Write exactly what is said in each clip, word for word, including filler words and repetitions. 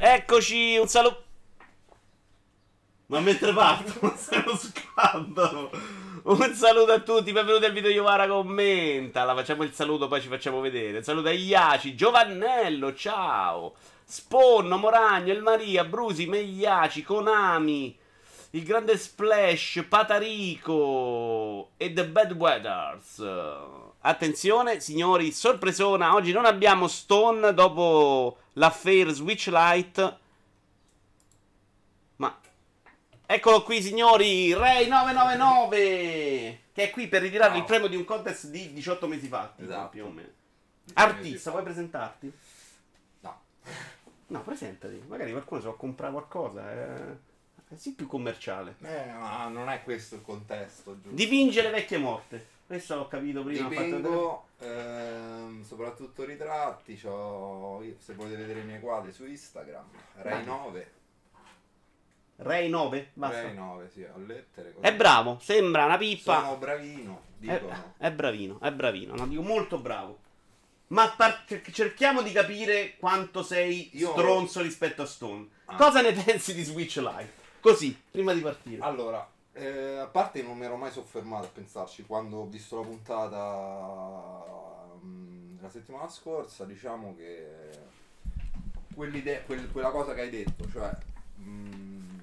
Eccoci, un saluto. Ma mentre parto, se lo scandalo. Un saluto a tutti, benvenuti al video Iovara commenta. La facciamo il saluto, poi ci facciamo vedere. Un saluto a Iaci, Giovannello, ciao. Sponno, Moragno, El Maria, Brusi, Megliaci, Konami, il grande Splash, Patarico e The Bad Weathers. Attenzione, signori, sorpresona. Oggi non abbiamo Stone dopo l'affair Switch Lite. Ma eccolo qui, signori, Ray nove nove nove, che è qui per ritirare il premio di un contest di diciotto mesi fa. Esatto. Più o meno. Artista, vuoi presentarti? No. No, presentati. Magari qualcuno si può comprare qualcosa. Eh. Sii più commerciale. Eh, ma non è questo il contesto, giusto? Dipinge le vecchie morte. Questo l'ho capito prima. Dipingo, ehm, soprattutto ritratti. C'ho, se volete vedere i miei quadri su Instagram, Ray nove. Ray nove? Basta. Ray nove, sì, a lettere. Così. È bravo, sembra una pippa. Sono bravino, È, dicono. è bravino, è bravino. No, dico molto bravo. Ma par- cerchiamo di capire quanto sei Io- stronzo rispetto a Stone. Ah. Cosa ne pensi di Switch Lite? Così, prima di partire. Allora, eh, a parte non mi ero mai soffermato a pensarci quando ho visto la puntata mh, la settimana scorsa, diciamo che quell'idea, quel- quella cosa che hai detto, cioè mh,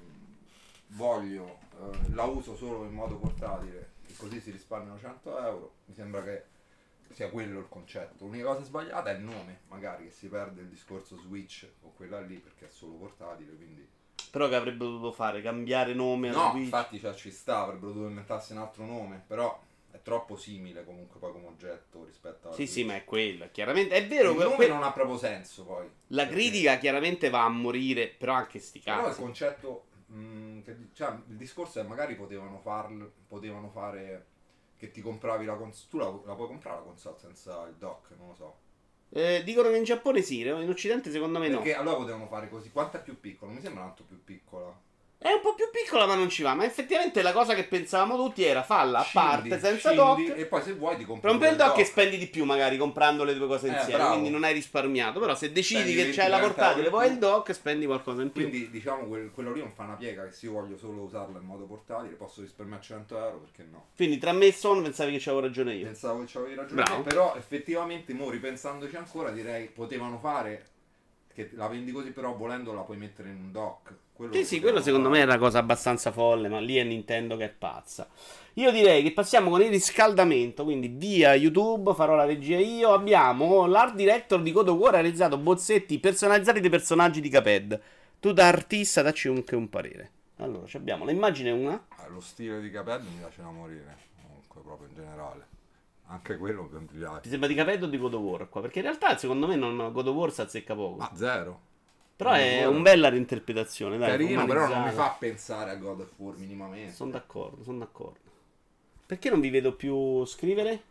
voglio, eh, la uso solo in modo portatile e così si risparmiano cento euro, mi sembra che sia quello il concetto. L'unica cosa sbagliata è il nome, magari che si perde il discorso Switch o quella lì perché è solo portatile, quindi... Però che avrebbe dovuto fare? Cambiare nome No, a Switch? infatti cioè, ci sta, avrebbero dovuto inventarsi un altro nome, però è troppo simile comunque poi come oggetto rispetto a... Sì, sì, ma è quello. Chiaramente è vero il che nome que- non ha proprio senso poi. la perché- critica chiaramente va a morire, però anche sti Però il cazzi. concetto, mh, che, cioè il discorso è magari potevano farlo, potevano fare che ti compravi la console, tu la, la puoi comprare la console senza il dock, non lo so. Eh, dicono che in Giappone sì, in Occidente secondo me no. Perché allora potevano fare così, quanto è più piccolo? Mi sembra tanto più piccola. È un po' più piccola ma non ci va. Ma effettivamente la cosa che pensavamo tutti era falla a Scindi, parte, senza scendi, dock. e poi se vuoi ti compri Rompe il pure dock e spendi di più magari comprando le due cose Eh, insieme, bravo. quindi non hai risparmiato. Però se decidi Spendi che venti c'hai la trenta portatile euro poi in il più. dock spendi qualcosa in più. Quindi diciamo quel- quello lì non fa una piega, che se io voglio solo usarlo in modo portatile posso risparmiare cento euro, perché no? Quindi tra me e Son pensavi che c'avevo ragione io. Pensavo che c'avevi ragione Bravo. te, però effettivamente mo ripensandoci ancora direi potevano fare che la vendi così, però volendo la puoi mettere in un dock. Quello Sì, lo sì, potevano quello secondo me è fare. una cosa abbastanza folle, ma lì è Nintendo che è pazza. Io direi che passiamo con il riscaldamento, quindi via YouTube, farò la regia io. Abbiamo l'art director di God of War, ha realizzato bozzetti personalizzati dei personaggi di Cuphead. Tu da artista dacci anche un parere. Allora, ci abbiamo l'immagine una. Ah, lo stile di Cuphead mi piace da morire, comunque proprio in generale. Anche quello mi Ti piace. sembra di Cuphead o di God of War qua? Perché in realtà secondo me non, God of War si azzecca poco. Ma zero. Però God of è War- un bella reinterpretazione, dai. Carino, però non mi umanizzata. fa pensare a God of War minimamente. Sono d'accordo, sono d'accordo. Perché non vi vedo più scrivere?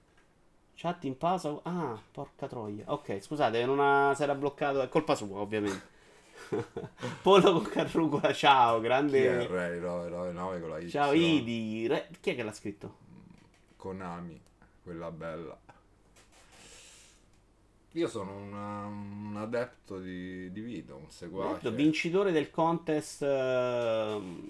Chat in pausa. Ah, porca troia. Ok, scusate, non ha... si era bloccato. È colpa sua, ovviamente. Pollo con carrucola, ciao, Chi è grande. Ray nove nove nove con la Y? Ciao Idi. Re- Chi è che l'ha scritto? Konami, quella bella. Io sono un, um, un adepto di, di Vito, un seguace. Detto, vincitore del contest. ehm,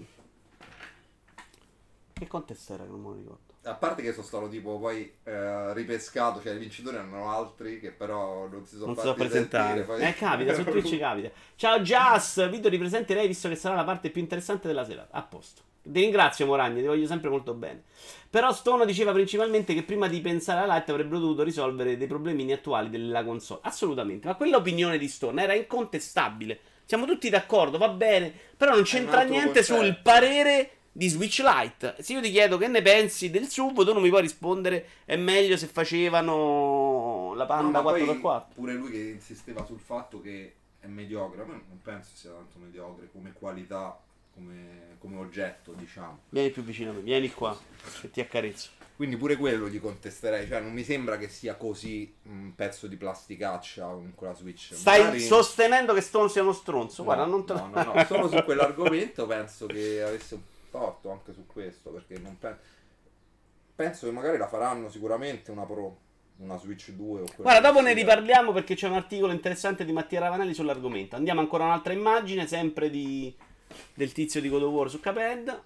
Che contest era che non me lo ricordo? A parte che sono stato tipo poi eh, ripescato, cioè i vincitori erano altri che però non si sono Non si fatti so presentare. sentire, poi- Eh, capita, su Twitch capita. Ciao Jazz, video ripresenterei visto che sarà la parte più interessante della serata. A posto. Ti ringrazio Moragni, ti voglio sempre molto bene. Però Stono diceva principalmente che prima di pensare alla Lite avrebbero dovuto risolvere dei problemini attuali della console. Assolutamente, ma quell'opinione di Stone era incontestabile. Siamo tutti d'accordo, va bene, però non c'entra altro niente concetto. sul parere di Switch Lite. Se io ti chiedo che ne pensi del sub, tu non mi puoi rispondere è meglio se facevano la No, Panda ma poi quattro per quattro. pure lui che insisteva sul fatto che è mediocre, a me non penso sia tanto mediocre come qualità, come, come oggetto, diciamo. Vieni più vicino a me, vieni qua, che ti accarezzo. Quindi pure quello gli contesterei, cioè non mi sembra che sia così un pezzo di plasticaccia con quella Switch. Stai Magari- sostenendo che Stone sia uno stronzo? Guarda, No, non te lo... no, no, no, solo su quell'argomento penso che avesse un torto anche su questo, perché non penso... penso che magari la faranno sicuramente una Pro, una Switch due o quella Guarda, dopo che ne sia. riparliamo perché c'è un articolo interessante di Mattia Ravanelli sull'argomento. Andiamo ancora un'altra immagine, sempre di... del tizio di God of War su Cuphead.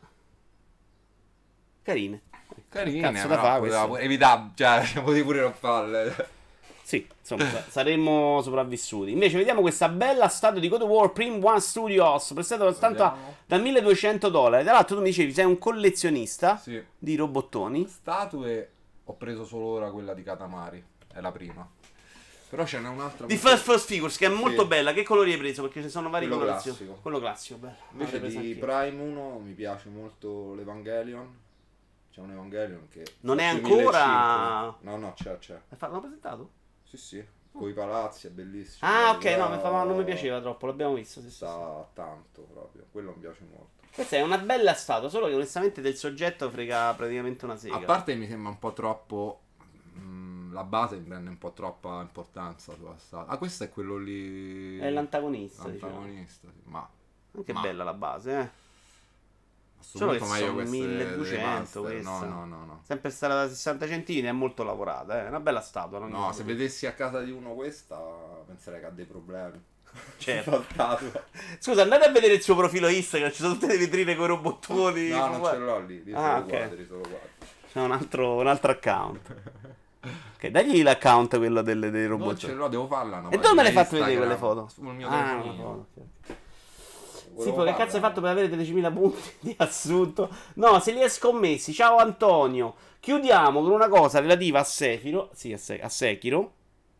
Carine. Carine, Cazzo da però fa poteva questo. pure- evitabile, cioè, potevi pure non farle. Sì, insomma, saremmo sopravvissuti. Invece vediamo questa bella statua di God of War Prim One Studios, prestata soltanto a- Vediamo. da milleduecento dollari. Tra l'altro tu mi dicevi, sei un collezionista Sì. di robottoni. Statue ho preso solo ora quella di Katamari, è la prima. Però ce n'è un'altra. Di molto- First First Figures, che è molto Sì. bella. Che colori hai preso? Perché ci sono vari Quello colorazioni. classico. Quello classico, bello. Invece L'avrei preso di anch'io. Prime uno mi piace molto l'Evangelion. C'è un Evangelion che... Non è duemilacinque. ancora- No, no, c'è, c'è. L'hai fa- l'hanno presentato? Sì, sì. Con i palazzi, è bellissimo. Ah, ok, Là- no, mi fa- non mi piaceva troppo, l'abbiamo visto. Sì, sì, sì. Sta tanto proprio. Quello mi piace molto. Questa è una bella statua, solo che onestamente del soggetto frega praticamente una sega. A parte mi sembra un po' troppo. mm, la base mi prende un po' troppa importanza sulla statua. Ah, questo è quello lì. È l'antagonista, diciamo. L'antagonista, sì. Ma Anche Ma- bella la base, eh. Solo che che meglio sono queste milleduecento remaster. questa. No, no, no, no. Sempre stata da sessanta centimetri, è molto lavorata, eh. È una bella statua. Non No, se vedessi a casa di uno questa, penserei che ha dei problemi. Certo. Statua. Scusa, andate a vedere il suo profilo Instagram, ci sono tutte le vetrine con i robottoni. No, non Guarda. ce l'ho lì. Lì Ah, solo ok. quadri, solo quadri. C'è un altro, un altro account. Ok, dagli l'account quello delle, dei Non robot. ce l'ho, devo farla. Una E dove me le hai pagina fatte vedere quelle Instagram, foto? Sul mio Ah, una telefonino. foto, ok, ok. Sì, Volevo poi che cazzo hai farla. fatto per avere tredicimila punti di assunto? No, se li hai scommessi. Ciao Antonio. Chiudiamo con una cosa relativa a Sekiro. Sì, a, Se- a Sekiro.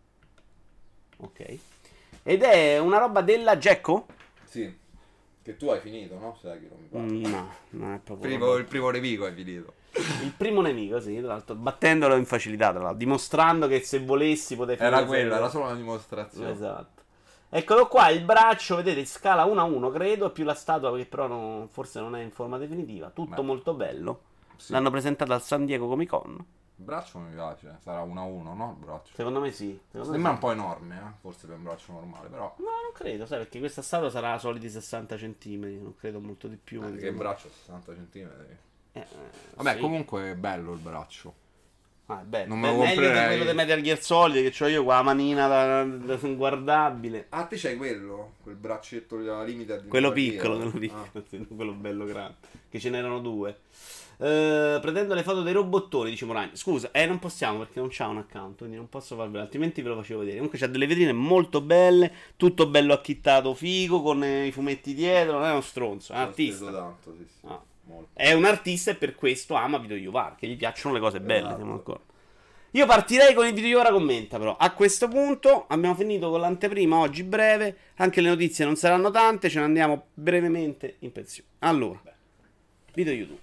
Ok. Ed è una roba della Gekko? Sì. Che tu hai finito, no? Sai che non mi pare. Mm, No, non è proprio. Primo- roba- il primo nemico è finito. Il primo nemico, sì, tra l'altro, battendolo in facilità, tra l'altro, dimostrando che se volessi potevi Era fare- quello, era solo una dimostrazione. Esatto. Eccolo qua, il braccio, vedete, scala uno a uno, credo, più la statua che però non- forse non è in forma definitiva. Tutto Beh. molto bello. Sì. L'hanno presentato al San Diego Comic Con. Il braccio mi piace, sarà uno a uno, no? Il braccio. Secondo me sì. Secondo me Sembra sì. un po' enorme, eh? Forse per un braccio normale, però. No, non credo, sai, perché questa statua sarà soliti sessanta centimetri, non credo molto di più. Eh, insomma. che il braccio ha sessanta centimetri. Eh, eh, Vabbè, sì. comunque è bello il braccio. Ah, è bello. non me lo Beh, meglio di comprerei. quello di Metal Gear Solid, che ho io qua la manina da, da inguardabile. Ah, te c'hai quello? Quel braccetto della limited. di Quello Metal Gear? piccolo, quello Ah. piccolo, sì, non quello bello grande. Che ce n'erano due. Eh, pretendo le foto dei robottoni, dice Moragni. Scusa, eh, non possiamo perché non c'ha un account, quindi non posso farvelo, altrimenti ve lo facevo vedere. Comunque c'ha delle vetrine molto belle, tutto bello acchittato, figo, con eh, i fumetti dietro. Non è uno stronzo, è un Ci ho speso artista. tanto, sì, sì. Ah. Molto. È un artista e per questo ama Video Yuvar, che gli piacciono le cose belle, Esatto. siamo d'accordo. Io partirei con il Video Yuvar commenta, però. A questo punto abbiamo finito con l'anteprima oggi breve, anche le notizie non saranno tante, ce ne andiamo brevemente in pensione. Allora, video YouTube.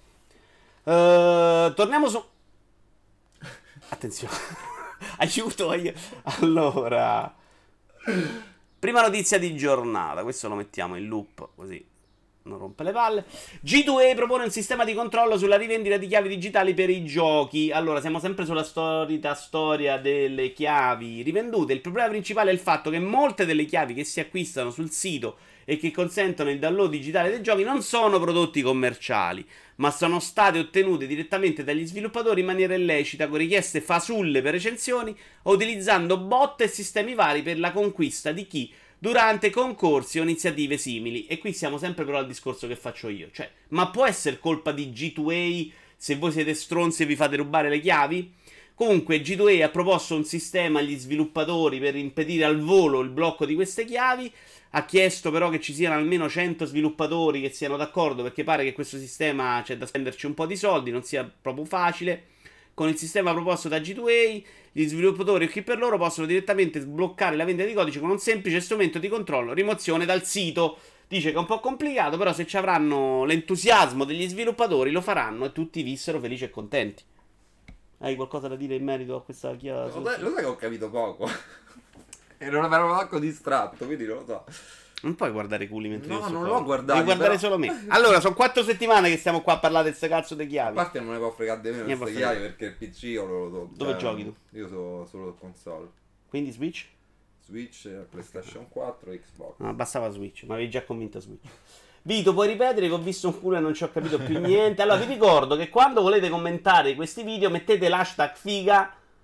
Eh, torniamo su... Attenzione. Aiuto io. Allora... Prima notizia di giornata, questo lo mettiamo in loop così non rompe le palle. G due A propone un sistema di controllo sulla rivendita di chiavi digitali per i giochi. Allora, siamo sempre sulla solita storia delle chiavi rivendute. Il problema principale è il fatto che molte delle chiavi che si acquistano sul sito e che consentono il download digitale dei giochi non sono prodotti commerciali, ma sono state ottenute direttamente dagli sviluppatori in maniera illecita, con richieste fasulle per recensioni o utilizzando bot e sistemi vari per la conquista di chi durante concorsi o iniziative simili. E qui siamo sempre però al discorso che faccio io, cioè, ma può essere colpa di G due A se voi siete stronzi e vi fate rubare le chiavi? Comunque G due A ha proposto un sistema agli sviluppatori per impedire al volo il blocco di queste chiavi. Ha chiesto però che ci siano almeno cento sviluppatori che siano d'accordo, perché pare che questo sistema c'è da spenderci un po' di soldi, non sia proprio facile. Con il sistema proposto da G due A, gli sviluppatori o chi per loro possono direttamente sbloccare la vendita di codice con un semplice strumento di controllo, rimozione dal sito. Dice che è un po' complicato, però se ci avranno l'entusiasmo degli sviluppatori lo faranno e tutti vissero felici e contenti. Hai qualcosa da dire in merito a questa chiave? Lo sai, lo sai che ho capito poco. E non ero manco distratto, quindi non lo so. Non puoi guardare i culi mentre No, io sto non qua. l'ho guardato, Devi guardare però- solo me. Allora, sono quattro settimane che stiamo qua a parlare di queste cazzo di A chiavi. parte non ne può fregare di meno Niente queste può chiavi perché il P C io lo lo- Dove cioè, giochi tu? Io sono solo console. Quindi Switch? Switch, PlayStation quattro, Xbox. No, bastava Switch, ma avevi già convinto Switch. Vito, puoi ripetere che ho visto un culo e non ci ho capito più niente. Allora, vi ricordo che quando volete commentare questi video mettete l'hashtag figa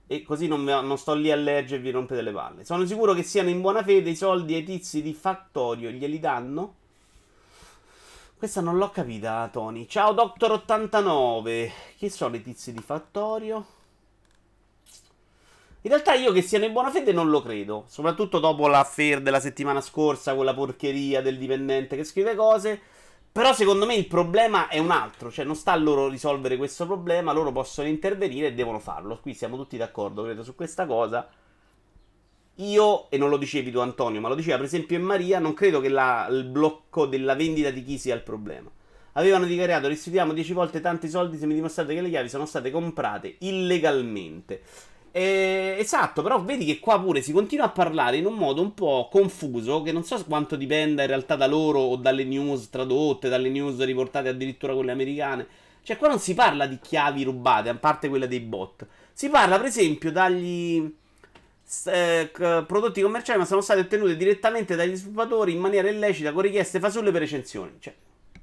e così non, non sto lì a leggervi e rompete le palle. Sono sicuro che siano in buona fede, i soldi ai tizi di Factorio glieli danno? Questa non l'ho capita, Tony. Ciao Doctor ottantanove. Chi sono i tizi di Factorio? In realtà io che siano in buona fede non lo credo. Soprattutto dopo l'affair della settimana scorsa, quella porcheria del dipendente che scrive cose. Però secondo me il problema è un altro. Cioè non sta a loro risolvere questo problema. Loro possono intervenire e devono farlo. Qui siamo tutti d'accordo, credo, su questa cosa. Io, e non lo dicevi tu Antonio, ma lo diceva per esempio in Maria, non credo che la, il blocco della vendita di chi sia il problema. Avevano dichiarato: restituiamo dieci volte tanti soldi se mi dimostrate che le chiavi sono state comprate illegalmente. Eh, esatto, però vedi che qua pure si continua a parlare in un modo un po' confuso, che non so quanto dipenda in realtà da loro o dalle news tradotte, dalle news riportate addirittura quelle americane. Cioè qua non si parla di chiavi rubate, a parte quella dei bot. Si parla per esempio dagli... Eh, prodotti commerciali ma sono stati ottenuti direttamente dagli sviluppatori in maniera illecita con richieste fasulle per recensioni. Cioè.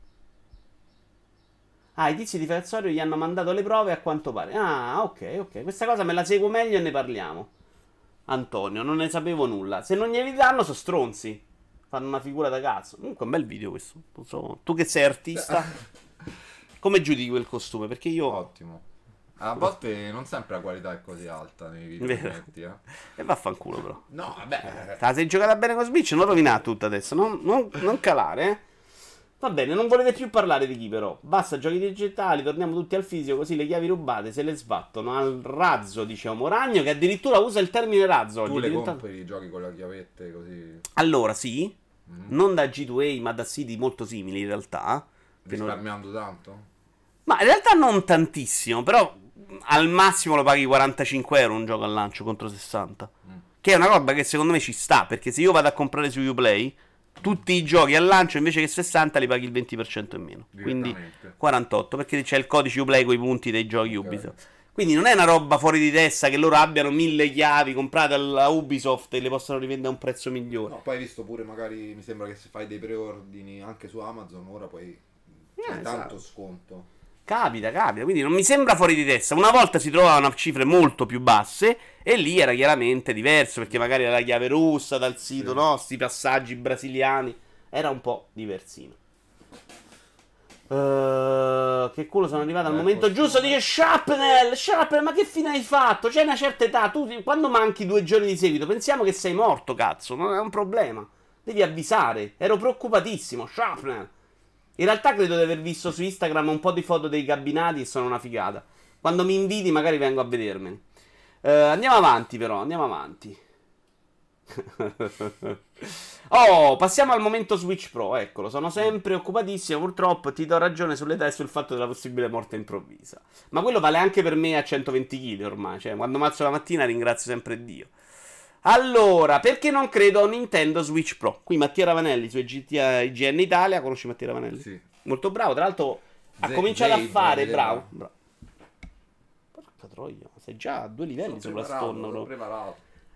Ah, i tizi di Factorio gli hanno mandato le prove a quanto pare. Ah, ok, ok. Questa cosa me la seguo meglio e ne parliamo. Antonio, non ne sapevo nulla. Se non glieli danno sono stronzi. Fanno una figura da cazzo. Comunque è un bel video questo. Non so, tu che sei artista, come giudichi quel costume? Perché io... Ottimo. A volte non sempre la qualità è così alta nei video che metti, eh. E vaffanculo però. No, vabbè. Te la sei giocata bene con Switch, non rovinare tutto adesso. Non, non, non calare, eh. Va bene, non volete più parlare di chi però. Basta giochi digitali, torniamo tutti al fisico, così le chiavi rubate se le sbattono al razzo, diciamo. Ragno che addirittura usa il termine razzo oggi. Tu le diventato... compri i giochi con le chiavette così? Allora, sì. Mm. Non da G due A, ma da siti molto simili in realtà. Risparmiando non... tanto? Ma in realtà non tantissimo, però... Al massimo lo paghi quarantacinque euro un gioco al lancio contro sessanta. Mm. Che è una roba che secondo me ci sta. Perché se io vado a comprare su Uplay, tutti i giochi al lancio invece che sessanta li paghi il venti per cento in meno. Quindi quarantotto. Perché c'è il codice Uplay con i punti dei giochi okay. Ubisoft. Quindi non è una roba fuori di testa che loro abbiano mille chiavi comprate alla Ubisoft e le possono rivendere a un prezzo migliore. No, poi hai visto pure magari, mi sembra che se fai dei preordini anche su Amazon, ora poi c'è eh, tanto esatto. sconto. Capita, capita, quindi non mi sembra fuori di testa. Una volta si trovavano a cifre molto più basse e lì era chiaramente diverso, perché magari era la chiave russa dal sito, sì. No? Sti passaggi brasiliani. Era un po' diversino. Uh, che culo, sono arrivato al eh, momento giusto. Dice Shrapnel, Shrapnel, ma che fine hai fatto? C'hai una certa età, tu quando manchi due giorni di seguito pensiamo che sei morto, cazzo. Non è un problema, devi avvisare. Ero preoccupatissimo, Shrapnel. In realtà credo di aver visto su Instagram un po' di foto dei cabinati e sono una figata. Quando mi inviti magari vengo a vedermene. Uh, andiamo avanti però, andiamo avanti. Oh, passiamo al momento Switch Pro. Eccolo, sono sempre occupatissimo. Purtroppo ti do ragione sull'età e sul fatto della possibile morte improvvisa. Ma quello vale anche per me a centoventi chili ormai. Cioè, quando mazzo la mattina ringrazio sempre Dio. Allora, perché non credo a un Nintendo Switch Pro? Qui Mattia Ravanelli su I G N Italia. Conosci Mattia Ravanelli? Sì. Molto bravo, tra l'altro ha Z- cominciato Z- a fare, Z- bravo, bravo. Porca troia, sei già a due livelli sono sopra stonno. preparato.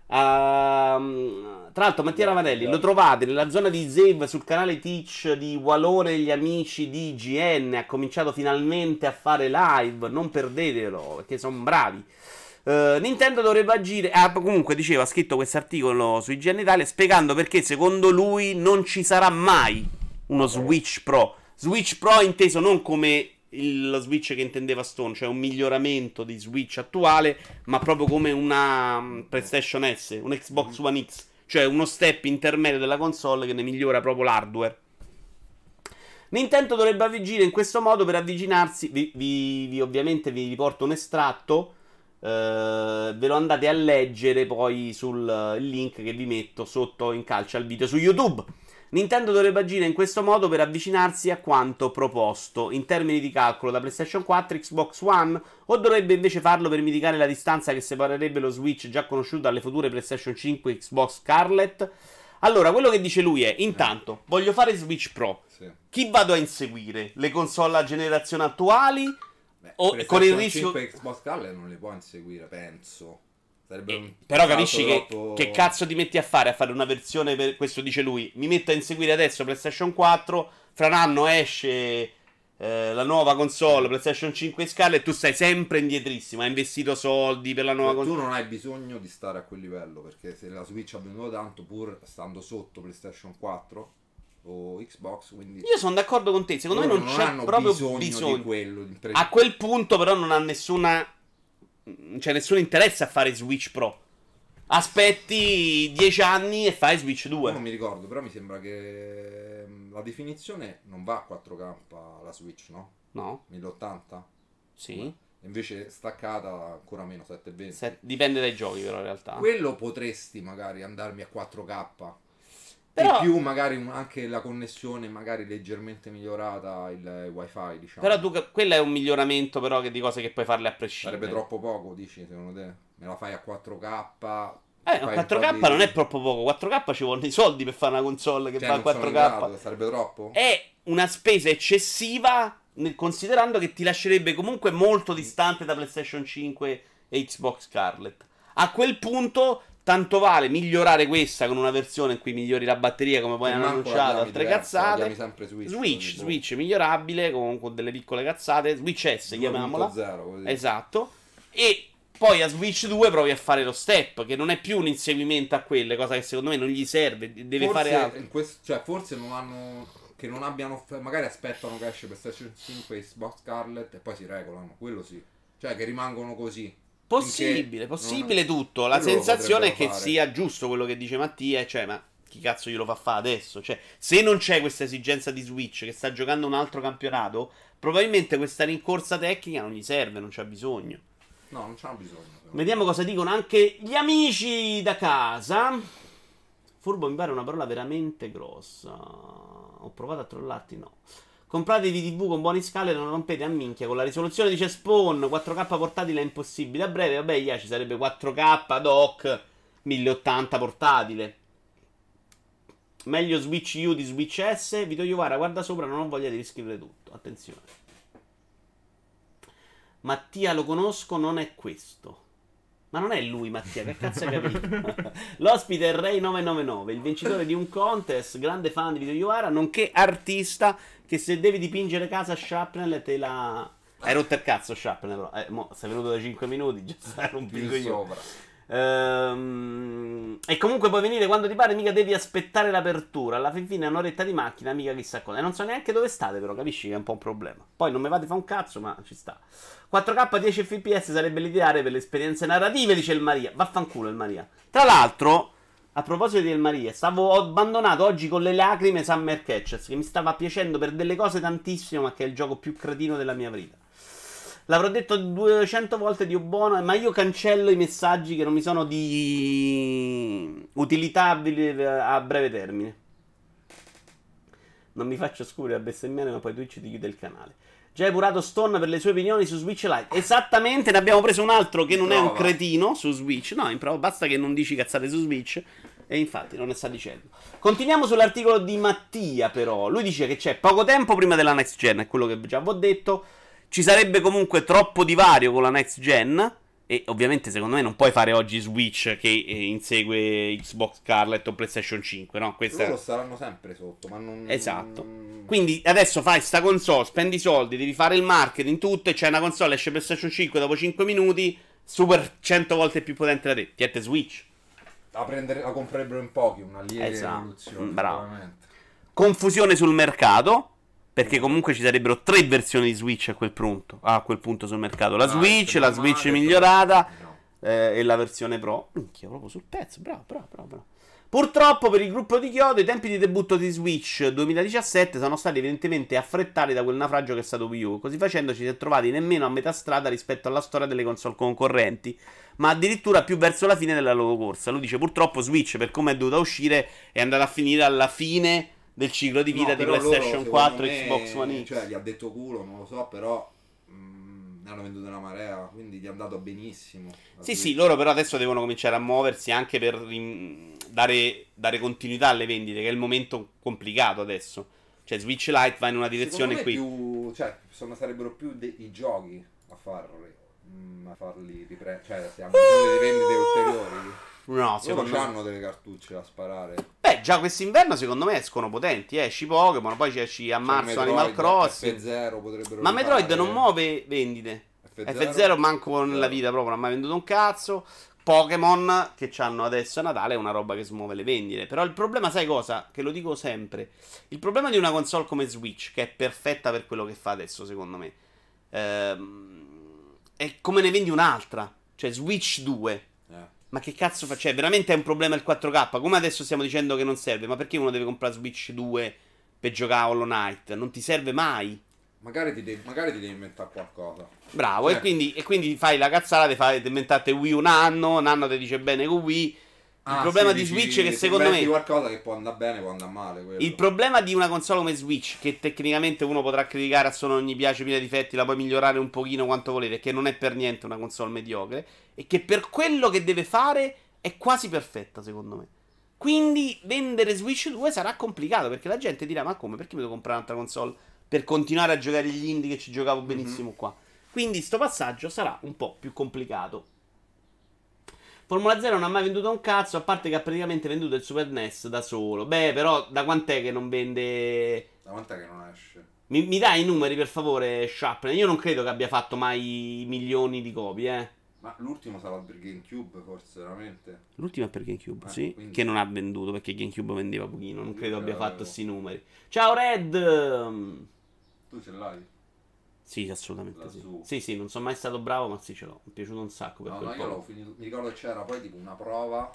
Uh, tra l'altro Mattia Ravanelli lo trovate nella zona di Zev sul canale Twitch di Walone e gli amici di I G N. Ha cominciato finalmente a fare live, non perdetelo perché sono bravi. Uh, Nintendo dovrebbe agire. Ah, comunque diceva, ha scritto questo articolo su I G N Italia spiegando perché secondo lui non ci sarà mai uno Switch Pro. Switch Pro inteso non come il, lo Switch che intendeva Stone, cioè un miglioramento di Switch attuale, ma proprio come una um, PlayStation S, un Xbox One X, cioè uno step intermedio della console che ne migliora proprio l'hardware. Nintendo dovrebbe agire in questo modo per avvicinarsi. Vi, vi, vi ovviamente vi riporto un estratto. Uh, ve lo andate a leggere poi sul uh, link che vi metto sotto in calce al video su YouTube. Nintendo dovrebbe agire in questo modo per avvicinarsi a quanto proposto in termini di calcolo da PlayStation quattro e Xbox One, o dovrebbe invece farlo per mitigare la distanza che separerebbe lo Switch già conosciuto dalle future PlayStation cinque e Xbox Scarlett? Allora, quello che dice lui è: intanto, voglio fare Switch Pro. Sì. Chi vado a inseguire? Le console a generazione attuali? Beh, o con il rischio cinque Xbox Scarlett non li può inseguire, penso. Sarebbe un però capisci che, troppo... che cazzo ti metti a fare a fare una versione per questo dice lui. Mi metto a inseguire adesso PlayStation quattro, fra un anno esce eh, eh, la nuova console PlayStation cinque Scarlett, tu stai sempre indietrissimo, hai investito soldi per la nuova console. Tu non hai bisogno di stare a quel livello, perché se la Switch ha venduto tanto, pur stando sotto PlayStation quattro o Xbox, quindi Io sono d'accordo con te, secondo me non, non c'è hanno proprio bisogno, bisogno, di quello. Di pre- a quel punto però non ha nessuna, non c'è nessun interesse a fare Switch Pro. Aspetti dieci anni e fai Switch Io due. non mi ricordo, però mi sembra che mm, la definizione non va a quattro K la Switch, no? No? mille ottanta? Sì. Invece staccata ancora meno, settecentoventi. Se- dipende dai giochi però in realtà. Quello potresti magari andarmi a quattro K. Però- E più magari un- anche la connessione magari leggermente migliorata, il wifi, diciamo. Però tu, quello è un miglioramento però che di cose che puoi farle a prescindere. Sarebbe troppo poco, dici, secondo te? Me la fai a quattro K? Eh, fai ma un quattro K po' di- non è troppo poco. quattro K ci vogliono i soldi per fare una console che Cioè, va a non sono quattro in K. grado, sarebbe troppo? È una spesa eccessiva, nel- considerando che ti lascerebbe comunque molto distante da PlayStation cinque e Xbox Scarlett. A quel punto, tanto vale migliorare questa con una versione in cui migliori la batteria, come poi Che hanno manco la annunciato, chiami altre diversa, la cazzate. chiami sempre Switch, Switch, quindi, boh. Switch migliorabile con, con delle piccole cazzate. Switch S, chiamiamola. due punto zero, così. Esatto. E poi a Switch due provi a fare lo step, che non è più un inseguimento a quelle, cosa che secondo me non gli serve, deve Forse fare altro. in questo- cioè, forse non hanno... Che non abbiano... Magari aspettano che esce PlayStation cinque e Xbox Scarlett e poi si regolano, quello sì. Cioè, che rimangono così. Possibile, Finché possibile non- tutto. La quello lo sensazione è che potrebbero fare. sia giusto quello che dice Mattia, cioè, ma chi cazzo glielo fa fare adesso? Cioè, se non c'è questa esigenza di Switch che sta giocando un altro campionato, probabilmente questa rincorsa tecnica non gli serve, non c'ha bisogno. No, non c'hanno bisogno. secondo me. Vediamo cosa dicono anche gli amici da casa. Furbo mi pare una parola veramente grossa. Ho provato a trollarti, no. Compratevi tivù con buoni scale e non rompete a minchia. Con la risoluzione dice Spawn, quattro K portatile è impossibile. A breve, vabbè, yeah, ci sarebbe quattro K doc, mille ottanta portatile. Meglio Switch U di Switch S. Vito Iovara, guarda sopra, non ho voglia di riscrivere tutto. Attenzione. Mattia lo conosco, non è questo. Ma non è lui, Mattia, che cazzo hai capito? L'ospite è Ray nove nove nove, il vincitore di un contest, grande fan di Vito Iovara, nonché artista che se devi dipingere casa Shrapnel te la... Hai rotto il cazzo Shrapnel, eh, mo, sei venuto da cinque minuti, già stai rompendo Più io. sopra. Ehm, e comunque puoi venire quando ti pare, mica devi aspettare l'apertura. Alla fin fine è un'oretta di macchina, mica chissà cosa. E non so neanche dove state, però capisci che è un po' un problema. Poi non mi fate fa un cazzo, ma ci sta. quattro K dieci F P S sarebbe l'ideale per le esperienze narrative, dice il Maria. Vaffanculo il Maria. Tra l'altro, a proposito di El Maria, stavo, ho abbandonato oggi con le lacrime Summer Catchers, che mi stava piacendo per delle cose tantissimo, ma che è il gioco più cretino della mia vita. L'avrò detto duecento volte, Dio buono, ma io cancello i messaggi che non mi sono di utilitabili a breve termine. Non mi faccio scure a bestemmiare, ma poi Twitch ti chiude il canale. Già hai purato Stone per le sue opinioni su Switch Lite. Esattamente, ne abbiamo preso un altro che non è un Prova. cretino su Switch. No, in prova, basta che non dici cazzate su Switch. E infatti non ne sta dicendo. Continuiamo sull'articolo di Mattia, però. Lui dice che c'è poco tempo prima della next gen, è quello che già vi ho detto. Ci sarebbe comunque troppo divario con la next gen. E ovviamente secondo me non puoi fare oggi Switch che eh, insegue Xbox Scarlett o PlayStation cinque, no? Questa Loro saranno sempre sotto, ma non... Esatto. Quindi adesso fai sta console, spendi soldi, devi fare il marketing, tutto, e c'è una console, esce PlayStation cinque dopo cinque minuti, super cento volte più potente da te. Tiette Switch. La, prendere, la comprerebbero in pochi, una lieve Esatto. rivoluzione. Bravo. Sicuramente. Confusione sul mercato, perché comunque ci sarebbero tre versioni di Switch a quel punto, a quel punto sul mercato. La Ah, Switch, ecco, la non Switch male, migliorata però. eh, e la versione Pro. Minchia, proprio sul pezzo, bravo, bravo, bravo, bravo. Purtroppo per il gruppo di Kyoto i tempi di debutto di Switch duemiladiciassette sono stati evidentemente affrettati da quel naufragio che è stato Wii U. Così facendo ci si è trovati nemmeno a metà strada rispetto alla storia delle console concorrenti, ma addirittura più verso la fine della loro corsa. Lui dice purtroppo Switch, per come è dovuta uscire, è andata a finire alla fine del ciclo di vita No, di però PlayStation loro, quattro secondo e me, Xbox One X. Cioè, gli ha detto culo, non lo so, però mh, ne hanno venduto una marea, quindi gli è andato benissimo. la Sì, Switch. sì, loro però adesso devono cominciare a muoversi anche per rim- dare, dare continuità alle vendite, che è il momento complicato adesso. Cioè Switch Lite va in una direzione Secondo me qui. più, cioè, sono, sarebbero più de- i giochi a far mm, a farli riprendere, cioè se hanno bisogno di vendite ulteriori. No, Loro secondo me... hanno delle cartucce da sparare. Beh, già quest'inverno secondo me escono potenti, eh. Esci Pokémon, poi ci esci a marzo Cioè, Animal Metroid, Crossing. F zero potrebbero Ma Metroid rifare. non muove vendite. F F zero manco nella vita proprio, non ha mai venduto un cazzo. Pokémon che c'hanno adesso a Natale è una roba che smuove le vendite. Però il problema, sai cosa? Che lo dico sempre. Il problema di una console come Switch, che è perfetta per quello che fa adesso, secondo me, ehm, è come ne vendi un'altra. Cioè Switch due. Eh. Ma che cazzo fa? Cioè, veramente è un problema il quattro K. Come adesso stiamo dicendo che non serve. Ma perché uno deve comprare Switch due per giocare a Hollow Knight? Non ti serve mai. Magari ti, devi, magari ti devi inventare qualcosa. Bravo, Cioè. e, quindi, e quindi fai la cazzata, ti fai, ti inventate Wii un anno, un anno ti dice bene con Wii. Il Ah, problema sì, di dici, Switch è che ti secondo inventi me... qualcosa che può andare bene, può andare male. Quello. Il problema di una console come Switch, che tecnicamente uno potrà criticare a solo non gli piace, piena di difetti, la puoi migliorare un pochino quanto volete, che non è per niente una console mediocre, e che per quello che deve fare è quasi perfetta, secondo me. Quindi vendere Switch due sarà complicato, perché la gente dirà, ma come, perché mi devo comprare un'altra console per continuare a giocare gli indie che ci giocavo benissimo mm-hmm. qua? Quindi sto passaggio sarà un po' più complicato. Formula zero non ha mai venduto un cazzo, a parte che ha praticamente venduto il Super N E S da solo. Beh, però da quant'è che non vende... Da quant'è che non esce? Mi, mi dai i numeri, per favore, Sharpner? Io non credo che abbia fatto mai milioni di copie, eh. Ma l'ultimo sarà per GameCube, forse, veramente? L'ultimo è per GameCube, Eh, sì. quindi- Che non ha venduto, perché GameCube vendeva pochino. Non credo Io abbia ce fatto l'avevo. sti numeri. Ciao, Red! Tu ce l'hai? Sì, assolutamente sì. Lassù. Sì, sì, non sono mai stato bravo, ma sì, ce l'ho. Mi è piaciuto un sacco per No, quel no, io po'. l'ho finito. Mi ricordo che c'era poi tipo una prova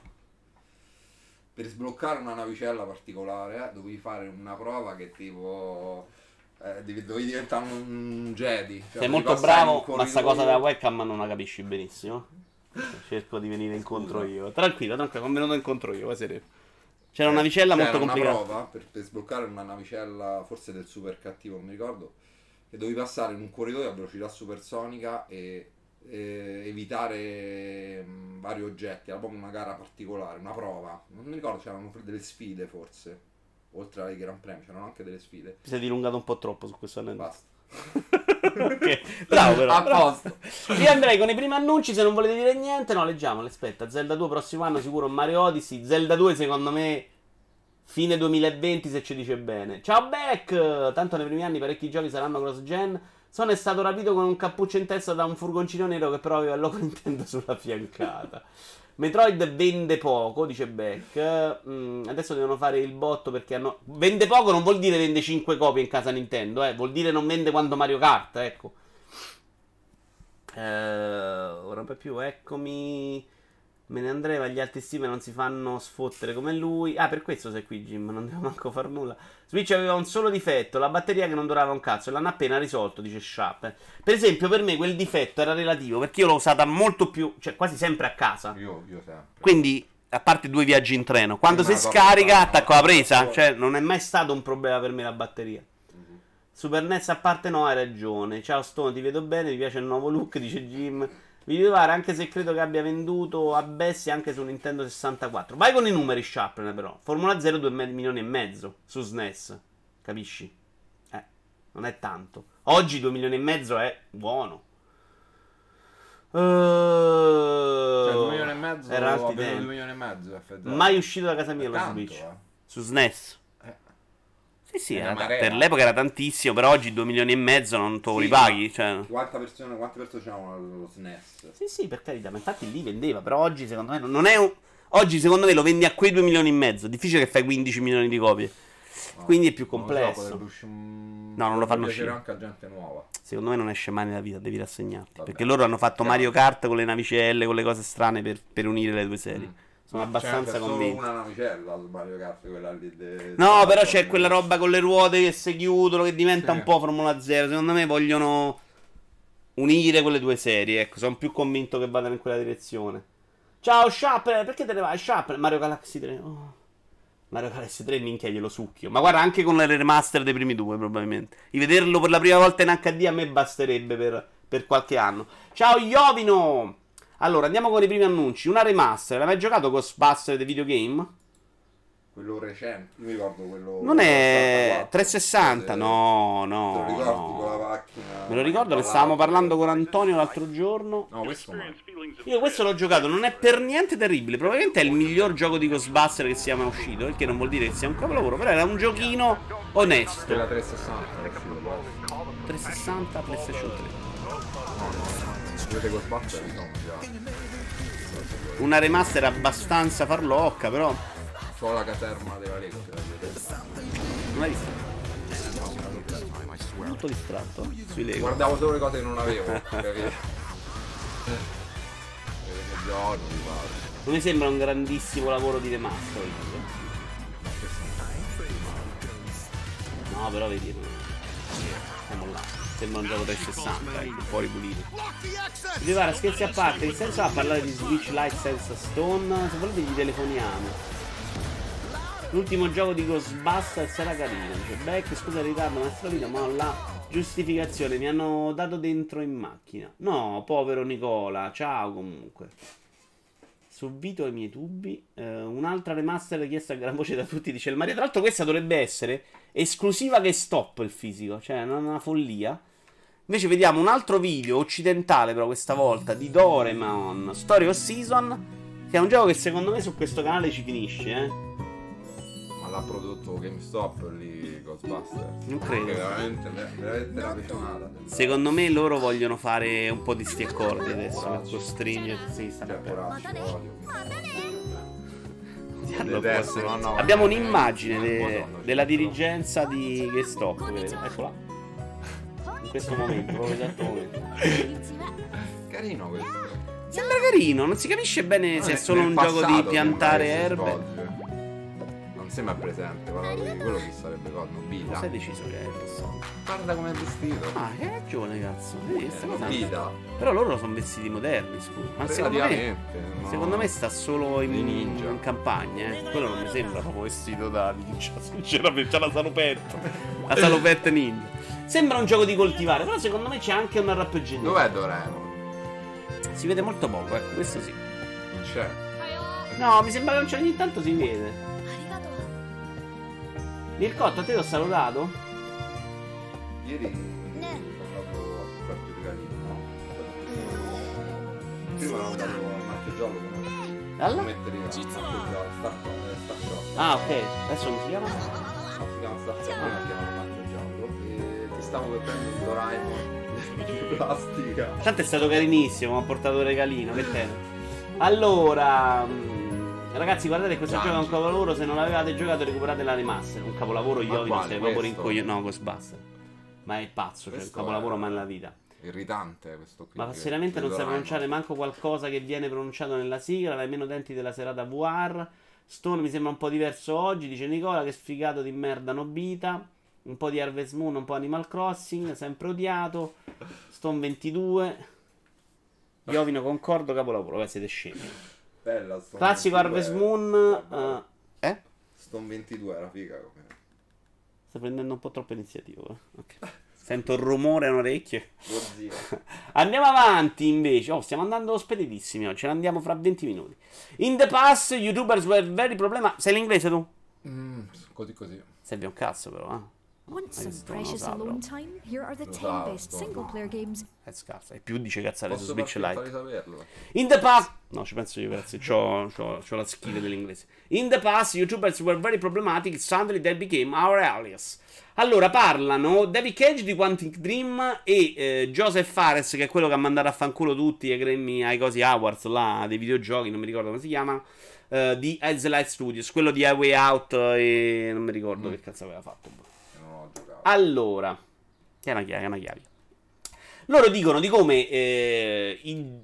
per sbloccare una navicella particolare. Eh, dovevi fare una prova che tipo. Eh, devi- dovevi diventare un Jedi. Cioè, Sei dovevi molto passare in bravo, un ma sta cosa corridoio. della webcam non la capisci benissimo. Cerco di venire incontro io. Tranquillo, tranquillo, sono venuto incontro io, vai sereno. C'era una vicella C'era molto complicata. una prova per, per sbloccare una navicella, forse del super cattivo, non mi ricordo, che dovevi passare in un corridoio a velocità supersonica e, e evitare mh, vari oggetti. Era proprio una gara particolare, una prova. Non mi ricordo, c'erano delle sfide forse. Oltre ai Gran Premi, c'erano anche delle sfide. Ti sei dilungato un po' troppo su questo aneddoto. Basta. Ok, bravo però. A bravo. posto. Io andrei con i primi annunci, se non volete dire niente, no, leggiamo, aspetta, Zelda due prossimo anno sicuro Mario Odyssey, Zelda due secondo me fine duemilaventi se ci dice bene. Ciao Beck, tanto nei primi anni parecchi giochi saranno cross gen. Sono stato rapito con un cappuccio in testa da un furgoncino nero che però aveva il logo Nintendo sulla fiancata. Metroid vende poco, dice Beck. Mm, adesso devono fare il botto perché hanno... Vende poco non vuol dire vende cinque copie in casa Nintendo, eh. Vuol dire non vende quanto Mario Kart, ecco. Eh, ora per più, eccomi. Me ne andrei, ma gli altri streamer non si fanno sfottere come lui. Ah, per questo sei qui, Jim, non devo manco far nulla. Switch aveva un solo difetto, la batteria che non durava un cazzo, e l'hanno appena risolto, dice Sharp. Per esempio, per me quel difetto era relativo, perché io l'ho usata molto più, cioè quasi sempre a casa. Io, io sempre. Quindi, a parte due viaggi in treno, quando Sì, si ma scarica, proprio- attacco la presa. proprio- Cioè, non è mai stato un problema per me la batteria. Mhm. Super N E S a parte no, hai ragione. Ciao Stone, ti vedo bene, mi piace il nuovo look, dice Jim. Video Vara, anche se credo che abbia venduto a Bessie anche su Nintendo sessantaquattro. Vai con i numeri, Sharpner, però. Formula zero due milioni e mezzo su S N E S. Capisci? Eh, non è tanto. Oggi due milioni e mezzo è buono. Uh, Cioè, due milioni e mezzo. Era Ho altri venduto tempi. due milioni e mezzo. F zero. Mai uscito da casa mia È lo tanto, Switch. eh. Su S N E S. Eh. Sì, sì, È era una ta- marea. per l'epoca era tantissimo, però oggi due milioni e mezzo non te lo Sì, ripaghi. ma Cioè. Quante persone, quante persone c'erano allo S N E S? Sì, sì, per carità, ma infatti lì vendeva, però oggi secondo me non è un... Oggi secondo me lo vendi a quei due milioni e mezzo, difficile che fai quindici milioni di copie. No, Quindi è più non lo so, complesso. potrebbe uscire un- No, non lo fanno potrebbe piacere uscire. anche a gente nuova. Secondo me non esce mai nella vita, devi rassegnarti. Vabbè. Perché loro hanno fatto Chiaro. Mario Kart con le navicelle, con le cose strane per, per unire le due serie. Mm. Sono Ma abbastanza c'è convinto. solo una navicella su Mario Kart, quella lì de- No, de- però de- c'è quella roba con le ruote che si chiudono, che diventa Sì. un po' Formula zero. Secondo me vogliono unire quelle due serie, ecco, sono più convinto che vadano in quella direzione. Ciao Sharp, perché te ne vai Sharp? Mario Galaxy tre. Oh. Mario Galaxy tre minchia glielo succhio. Ma guarda, anche con le remaster dei primi due probabilmente. Di vederlo per la prima volta in H D a me basterebbe per, per qualche anno. Ciao Iovino. Allora, andiamo con i primi annunci. Una remaster, l'hai mai giocato Ghostbuster The Videogame? Quello recente, io mi ricordo quello. Non è sessantaquattro. trecentosessanta, Eh, no, Te lo no, ricordi con la no. macchina? Me lo ricordo, ne stavamo parlando con Antonio l'altro giorno. No, questo no. Io questo l'ho giocato, non è per niente terribile. Probabilmente è il miglior gioco di Ghostbuster che sia mai uscito. Il che non vuol dire che sia un capolavoro, però era un giochino onesto. Della trecentosessanta è uscito poi. trecentosessanta, PlayStation tre. Io te Ghostbuster insomma già. Una remaster abbastanza farlocca, però. C'ho la caserma della Lego. Non l'hai visto? Molto distratto sui Lego. Guardavo solo le cose che non avevo, capito? Giorni, Non mi sembra un grandissimo lavoro di remaster. No, però vedi, siamo là. Sembra un gioco trecentosessanta, ecco, un po' ripulito. Mi pare, scherzi a parte, che senso ha parlare di Switch Lite senza Stone? Se volete gli telefoniamo. L'ultimo gioco di Ghostbusters era carino. Dice Beck, scusa il ritardo, maestro vita, ma la giustificazione mi hanno dato dentro in macchina. No, povero Nicola, ciao comunque. Su Vito e i miei tubi. eh, Un'altra remaster richiesta a gran voce da tutti, dice il Maria. Tra l'altro questa dovrebbe essere esclusiva che stop il fisico, cioè è una follia. Invece vediamo un altro video occidentale, però questa volta, di Doraemon Story of Season, che è un gioco che secondo me su questo canale ci finisce, eh. Ma l'ha prodotto GameStop lì, Ghostbusters. Non credo. Che veramente, veramente una pecionata. Secondo me loro vogliono fare un po' di sti accordi adesso per costringere. Sì, sta Cioè, poraccio, odio. Odiarlo Detesto, qua. no, no, Abbiamo no, un'immagine no, de- no, no, della no. dirigenza di GameStop, vedete? Eccola. In questo momento, proprio in esatto momento. Carino questo. Sembra carino, non si capisce bene se è solo Nel un gioco di passato piantare sembra che si erbe. svolge. Non sembra presente, parlavo di quello che sarebbe cosa, Nobita. Cosa hai deciso che è il passato? Guarda come è vestito. Ah, hai ragione, cazzo. Vedi, Eh, questa cosa- Nobita. Però loro sono vestiti moderni, scusa. Ma secondo me, Relativamente, no. secondo me sta solo in, Di ninja. in campagna, eh. Quello non mi sembra proprio vestito da ninja. Sinceramente, c'ha la salopetta. La salopetta ninja. Sembra un gioco di coltivare, però secondo me c'è anche un R P G. Dov'è Doraemon? Si vede molto poco, ecco, questo sì. Non c'è. No, mi sembra che non c'è, ogni tanto si vede. Mircotto, a te l'ho salutato? Ieri sono andato a farti i regalini, no? Prima ero andato al marchio giallo come Alla? mettere al marchio giallo, Star Shop. Ah, ok. Adesso come si chiama? No, si chiama Star Shop, prima si chiamava marchio giallo. E ti stavo per prendere il Doraemon di plastica. Tanto è stato carinissimo, mi ha portato il regalino, che te. Allora, mh, ragazzi, guardate che questo Gianni. gioco è un capolavoro. Se non l'avevate giocato, recuperate la remaster. Un capolavoro, Ma io vi quale, sei proprio questo? rincoglionito. No, Ghostbuster. Ma è pazzo, cioè un Questo capolavoro è- mai nella vita. Irritante questo qui. Ma che- seriamente non di sai Doraemon. pronunciare manco qualcosa che viene pronunciato nella sigla. L'hai meno denti della serata V R. Stone mi sembra un po' diverso oggi, dice Nicola. Che sfigato di merda Nobita. Un po' di Harvest Moon, un po' Animal Crossing, sempre odiato. Stone ventidue. Iovino concordo, capolavoro. Beh, siete scemi. Bella Stone Classico ventidue, Harvest Moon. era- eh? eh? Stone ventidue era figa come. Sta prendendo un po' troppa iniziativa. eh. Ok. Sento il rumore a un orecchio. Godzilla. Andiamo avanti invece. Oh, stiamo andando speditissimi oggi. Ce ne andiamo fra venti minuti. In the past, YouTubers were very problema. Sei l'inglese tu? Mm, così così. Serve un cazzo però, eh. Want some Questo non lo precious sa, però. alone time? Here are the Lo ten sa, best lo sa. single player games. È scarsa. E più dice cazzate su Posso Switch farti Lite. farvi saperlo? In the past. No, ci penso io, grazie. C'ho, c'ho, c'ho la skill dell'inglese. In the past, YouTubers were very problematic. Suddenly they became our alias. Allora, parlano David Cage di Quantic Dream e eh, Joseph Fares, che è quello che ha mandato a fanculo tutti ai Grammy, ai cosi Awards là, dei videogiochi, non mi ricordo come si chiama, eh, di Light Studios, quello di Highway Out e non mi ricordo Mm. che cazzo aveva fatto. Che non ho giocato. Allora, che è una chiave, è una chiave. Loro dicono di come eh, il,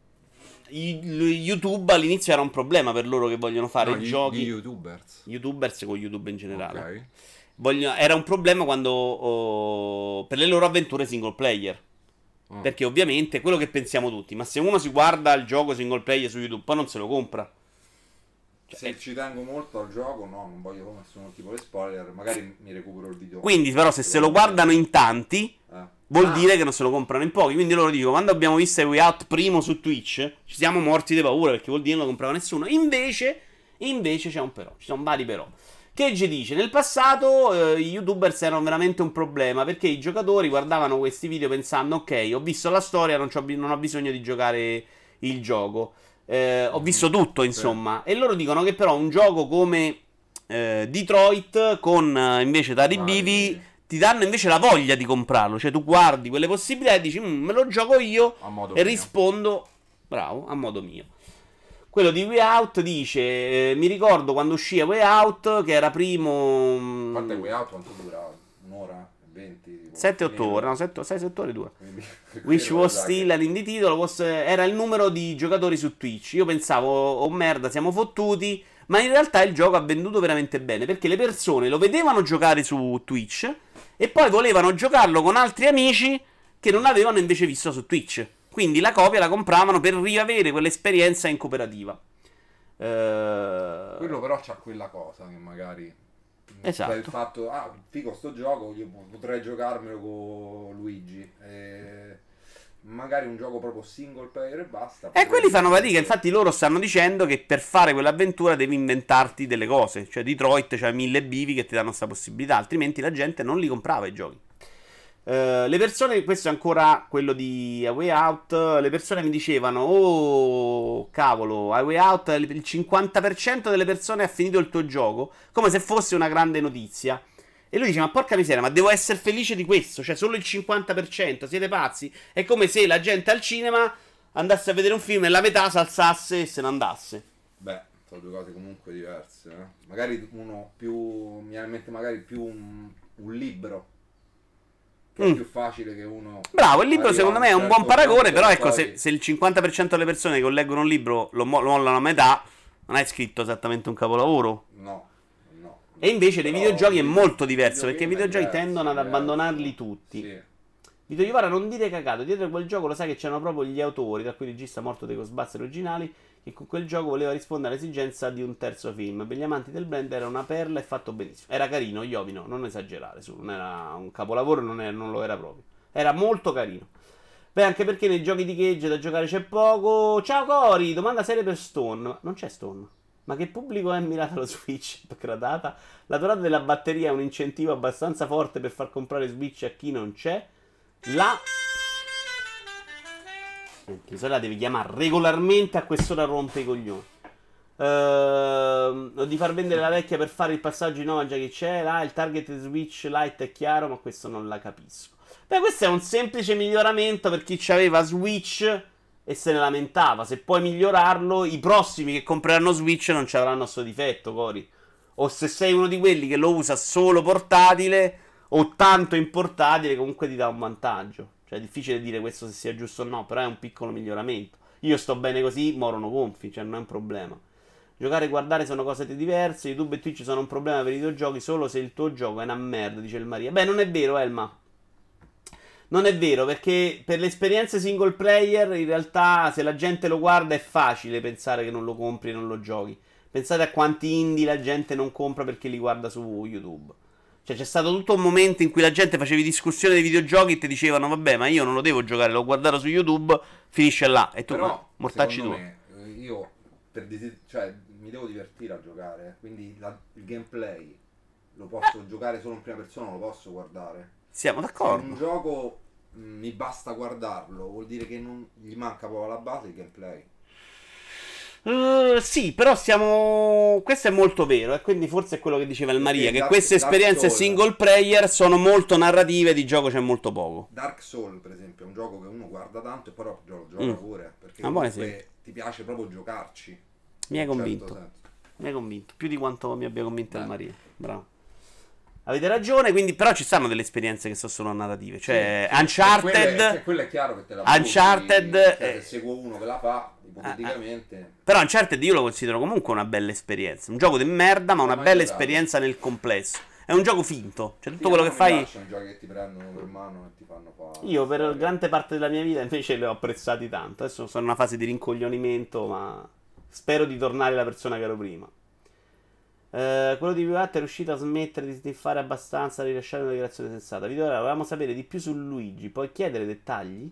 il- YouTube all'inizio era un problema per loro che vogliono fare No, gli- giochi. gli youtubers. YouTubers con YouTube in generale. Ok. Voglio- era un problema quando oh, per le loro avventure single player. Mm. Perché ovviamente quello che pensiamo tutti, ma se uno si guarda il gioco single player su YouTube, poi non se lo compra. Cioè, Se ci tengo molto al gioco, no, non voglio nessun tipo di spoiler. Magari mi recupero il video. quindi, però, se se lo guardano in tanti, Eh. vuol Ah, dire che non se lo comprano in pochi. Quindi loro dicono: quando abbiamo visto Way Out primo su Twitch, ci siamo morti di paura perché vuol dire che non lo comprava nessuno. Invece, invece c'è un però, ci sono vari però. Cage dice: nel passato eh, gli youtubers erano veramente un problema perché i giocatori guardavano questi video pensando: ok, ho visto la storia, non, c'ho bi- non ho bisogno di giocare il gioco. Eh, ho visto tutto, insomma. E loro dicono che però un gioco come eh, Detroit, con eh, invece Tari Bivi, ti danno invece la voglia di comprarlo. Cioè, tu guardi quelle possibilità e dici: "Mm, me lo gioco io A modo e mio. rispondo, bravo, a modo mio." Quello di Way Out dice: eh, mi ricordo quando uscì a Way Out, che era primo. mm, Quanto è Way Out? Quanto dura? Un'ora? venti? tipo, sette otto finito. ore, no, sei sette ore dura. Quindi- Which quello was sa still che- an indie titolo was- era il numero di giocatori su Twitch. Io pensavo, oh merda, siamo fottuti. Ma in realtà il gioco ha venduto veramente bene. Perché le persone lo vedevano giocare su Twitch e poi volevano giocarlo con altri amici che non avevano invece visto su Twitch. Quindi la copia la compravano per riavere quell'esperienza in cooperativa. Eh... Quello però c'ha quella cosa che magari... Esatto. Cioè il fatto, ah, figo sto gioco, io potrei giocarmelo con Luigi. Eh, magari un gioco proprio single player e basta. E quelli fanno fatica, infatti loro stanno dicendo che per fare quell'avventura devi inventarti delle cose. Cioè Detroit c'ha mille bivi che ti danno questa possibilità, altrimenti la gente non li comprava i giochi. Uh, le persone, questo è ancora quello di A Way Out, le persone mi dicevano: oh cavolo, A Way Out il cinquanta per cento delle persone ha finito il tuo gioco, come se fosse una grande notizia. E lui dice: ma porca miseria, ma devo essere felice di questo? Cioè solo il cinquanta per cento, siete pazzi? È come se la gente al cinema andasse a vedere un film e la metà s'alzasse e se ne andasse. Beh, sono due cose comunque diverse. Eh? Magari uno più, mi viene in mente magari più un, un libro. Che Mm. è più facile che uno... Bravo, il libro arriva secondo a me è un certo buon paragone, punto però e ecco, poi- se, se il cinquanta per cento delle persone che leggono un libro lo, mo- lo mollano a metà, non hai scritto esattamente un capolavoro. No, no. E invece nei Però videogiochi è il molto video- diverso, il perché i videogame è videogiochi diverso, tendono ad diverso. abbandonarli tutti. Sì. Vito Iovara, non dire cagato, dietro quel gioco lo sai che c'erano proprio gli autori, tra cui il regista morto dei Ghostbusters originali, che con quel gioco voleva rispondere all'esigenza di un terzo film. Per gli amanti del brand era una perla e fatto benissimo. Era carino, Iovino, non esagerare, su, non era un capolavoro, non, è- non lo era proprio. Era molto carino. Beh, anche perché nei giochi di Cage da giocare c'è poco. Ciao Cori, domanda seria per Stone. Ma non c'è Stone. Ma che pubblico è mirato alla Switch? Gradata? La durata della batteria è un incentivo abbastanza forte per far comprare Switch a chi non c'è. La... Niente, la devi chiamare regolarmente a quest'ora rompe i coglioni. Ehm, di far vendere la vecchia per fare il passaggio in già che c'è. Là, il target Switch Lite è chiaro, ma questo non la capisco. Beh, questo è un semplice miglioramento per chi aveva Switch e se ne lamentava. Se puoi migliorarlo, i prossimi che compreranno Switch non ci avranno sto difetto, Cori. O se sei uno di quelli che lo usa solo portatile o tanto in portatile, comunque ti dà un vantaggio. Cioè è difficile dire questo se sia giusto o no, però è un piccolo miglioramento. Io sto bene così, morono gonfi, cioè non è un problema. Giocare e guardare sono cose diverse. YouTube e Twitch sono un problema per i videogiochi solo se il tuo gioco è una merda, dice il Maria. Beh, non è vero, Elma. Non è vero, perché per le esperienze single player, in realtà, se la gente lo guarda è facile pensare che non lo compri e non lo giochi. Pensate a quanti indie la gente non compra perché li guarda su YouTube. Cioè, c'è stato tutto un momento in cui la gente facevi discussione dei videogiochi e ti dicevano: vabbè, ma io non lo devo giocare, l'ho guardato su YouTube, finisce là. E tu, Però, ma, mortacci tu. me, io per desi- cioè, mi devo divertire a giocare, quindi la- il gameplay lo posso giocare solo in prima persona, non lo posso guardare. Siamo Se d'accordo. un gioco mh, mi basta guardarlo, vuol dire che non gli manca proprio alla base il gameplay. Uh, sì, però siamo. Questo è molto vero. E quindi forse è quello che diceva il Maria. Perché Che Dark- queste Dark esperienze Soul- single player sono molto narrative. Di gioco c'è molto poco. Dark Soul, per esempio, è un gioco che uno guarda tanto e poi lo gio- gioca Mm. pure. Perché Ah, buon comunque esempio. ti piace proprio giocarci. Mi hai in un convinto. certo senso. Mi hai convinto. Più di quanto mi abbia convinto il Beh. Maria. Bravo. Avete ragione. Quindi, però ci stanno delle esperienze che sono solo narrative. Cioè, Sì, sì. Uncharted. E quello è, quello è chiaro che te la Uncharted, butti, cioè, eh, se seguo uno che la fa, ipoteticamente. Però Uncharted io lo considero comunque una bella esperienza. Un gioco di merda, ma una mai bella giocato. esperienza nel complesso. È un gioco finto. Cioè, tutto Sì, quello a che me fai. mi piacciono i giochi che ti prendono per mano e ti fanno fare. Io per storie. grande parte della mia vita invece li ho apprezzati tanto. Adesso sono in una fase di rincoglionimento, ma spero di tornare la persona che ero prima. Eh, quello di Vivat è riuscito a smettere di sniffare abbastanza da rilasciare una dichiarazione sensata. Video, ora volevamo sapere di più su Luigi. Puoi chiedere dettagli?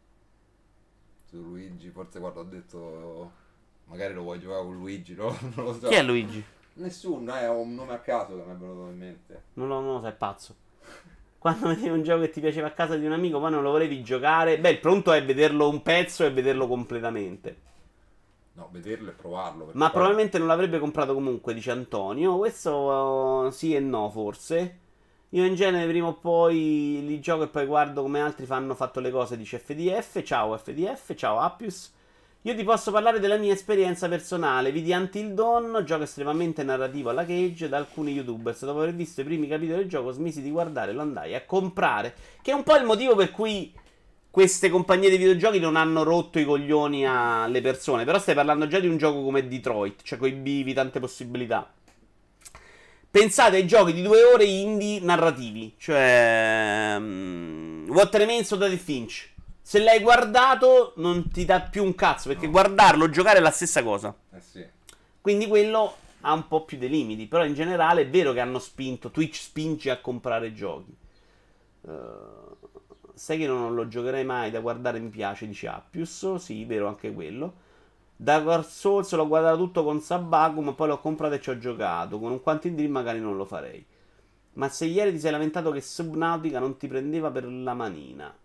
Su Luigi, forse guarda, ho detto magari lo vuoi giocare con Luigi, no? Non lo so. Chi è Luigi? Nessuno, eh, ho un nome a caso che mi è venuto in mente. No, no, no, sei pazzo. Quando vedevi un gioco che ti piaceva a casa di un amico, poi non lo volevi giocare. Beh, il pronto è vederlo un pezzo e vederlo completamente. No, vederlo e provarlo. Ma poi... probabilmente non l'avrebbe comprato comunque, dice Antonio. Questo uh, sì e no, forse. Io in genere prima o poi li gioco e poi guardo come altri fanno fatto le cose, dice F D F. Ciao F D F, ciao Appius. Io ti posso parlare della mia esperienza personale. Vidi Until Dawn, gioco estremamente narrativo alla Cage, da alcuni youtubers. Dopo aver visto i primi capitoli del gioco smisi di guardare e lo andai a comprare. Che è un po' il motivo per cui queste compagnie di videogiochi non hanno rotto i coglioni alle persone. Però stai parlando già di un gioco come Detroit, cioè coi bivi, tante possibilità. Pensate ai giochi di due ore indie narrativi, cioè um, What Remains of Edith Finch. Se l'hai guardato non ti dà più un cazzo, perché No. guardarlo, giocare è la stessa cosa. Eh sì. Quindi quello ha un po' più dei limiti. Però in generale è vero che hanno spinto, Twitch spinge a comprare giochi. Uh, sai che non lo giocherei mai, da guardare mi piace, dice Appius. Sì, vero anche quello. Dark Souls l'ho guardato tutto con Sabaku, ma poi l'ho comprato e ci ho giocato. Con un Quantum Dream magari non lo farei. Ma se ieri ti sei lamentato che Subnautica non ti prendeva per la manina.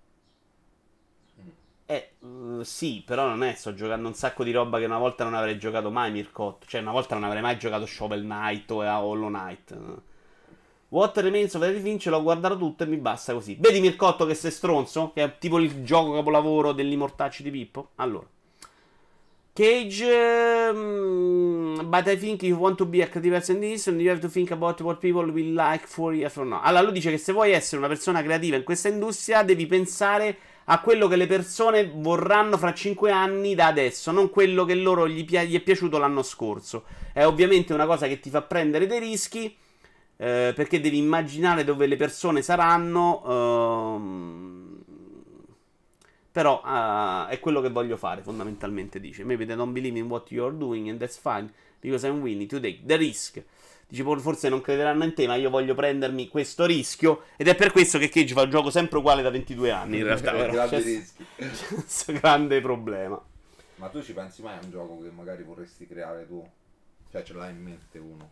Eh, uh, sì, però non è, sto giocando un sacco di roba che una volta non avrei giocato mai, Mircotto. Cioè, una volta non avrei mai giocato Shovel Knight o a Hollow Knight. What Remains of Edith Finch l'ho guardato tutto e mi basta così. Vedi Mircotto che sei stronzo? Che è tipo il gioco capolavoro degli mortacci di Pippo? Allora. Cage, um, but I think if you want to be a creative person in this, you have to think about what people will like four years from now. Allora lui dice che se vuoi essere una persona creativa in questa industria devi pensare a quello che le persone vorranno fra cinque anni da adesso, non quello che loro gli, pi- gli è piaciuto l'anno scorso. È ovviamente una cosa che ti fa prendere dei rischi, eh, perché devi immaginare dove le persone saranno, ehm, però uh, è quello che voglio fare fondamentalmente, dice. Maybe they don't believe in what you're doing and that's fine, because I'm willing to take the risk. Dice, forse non crederanno in te, ma io voglio prendermi questo rischio. Ed è per questo che Cage fa un gioco sempre uguale da ventidue anni, in realtà. Però grandi c'è rischi. questo grande problema. Ma tu ci pensi mai a un gioco che magari vorresti creare tu? Cioè ce l'hai in mente uno?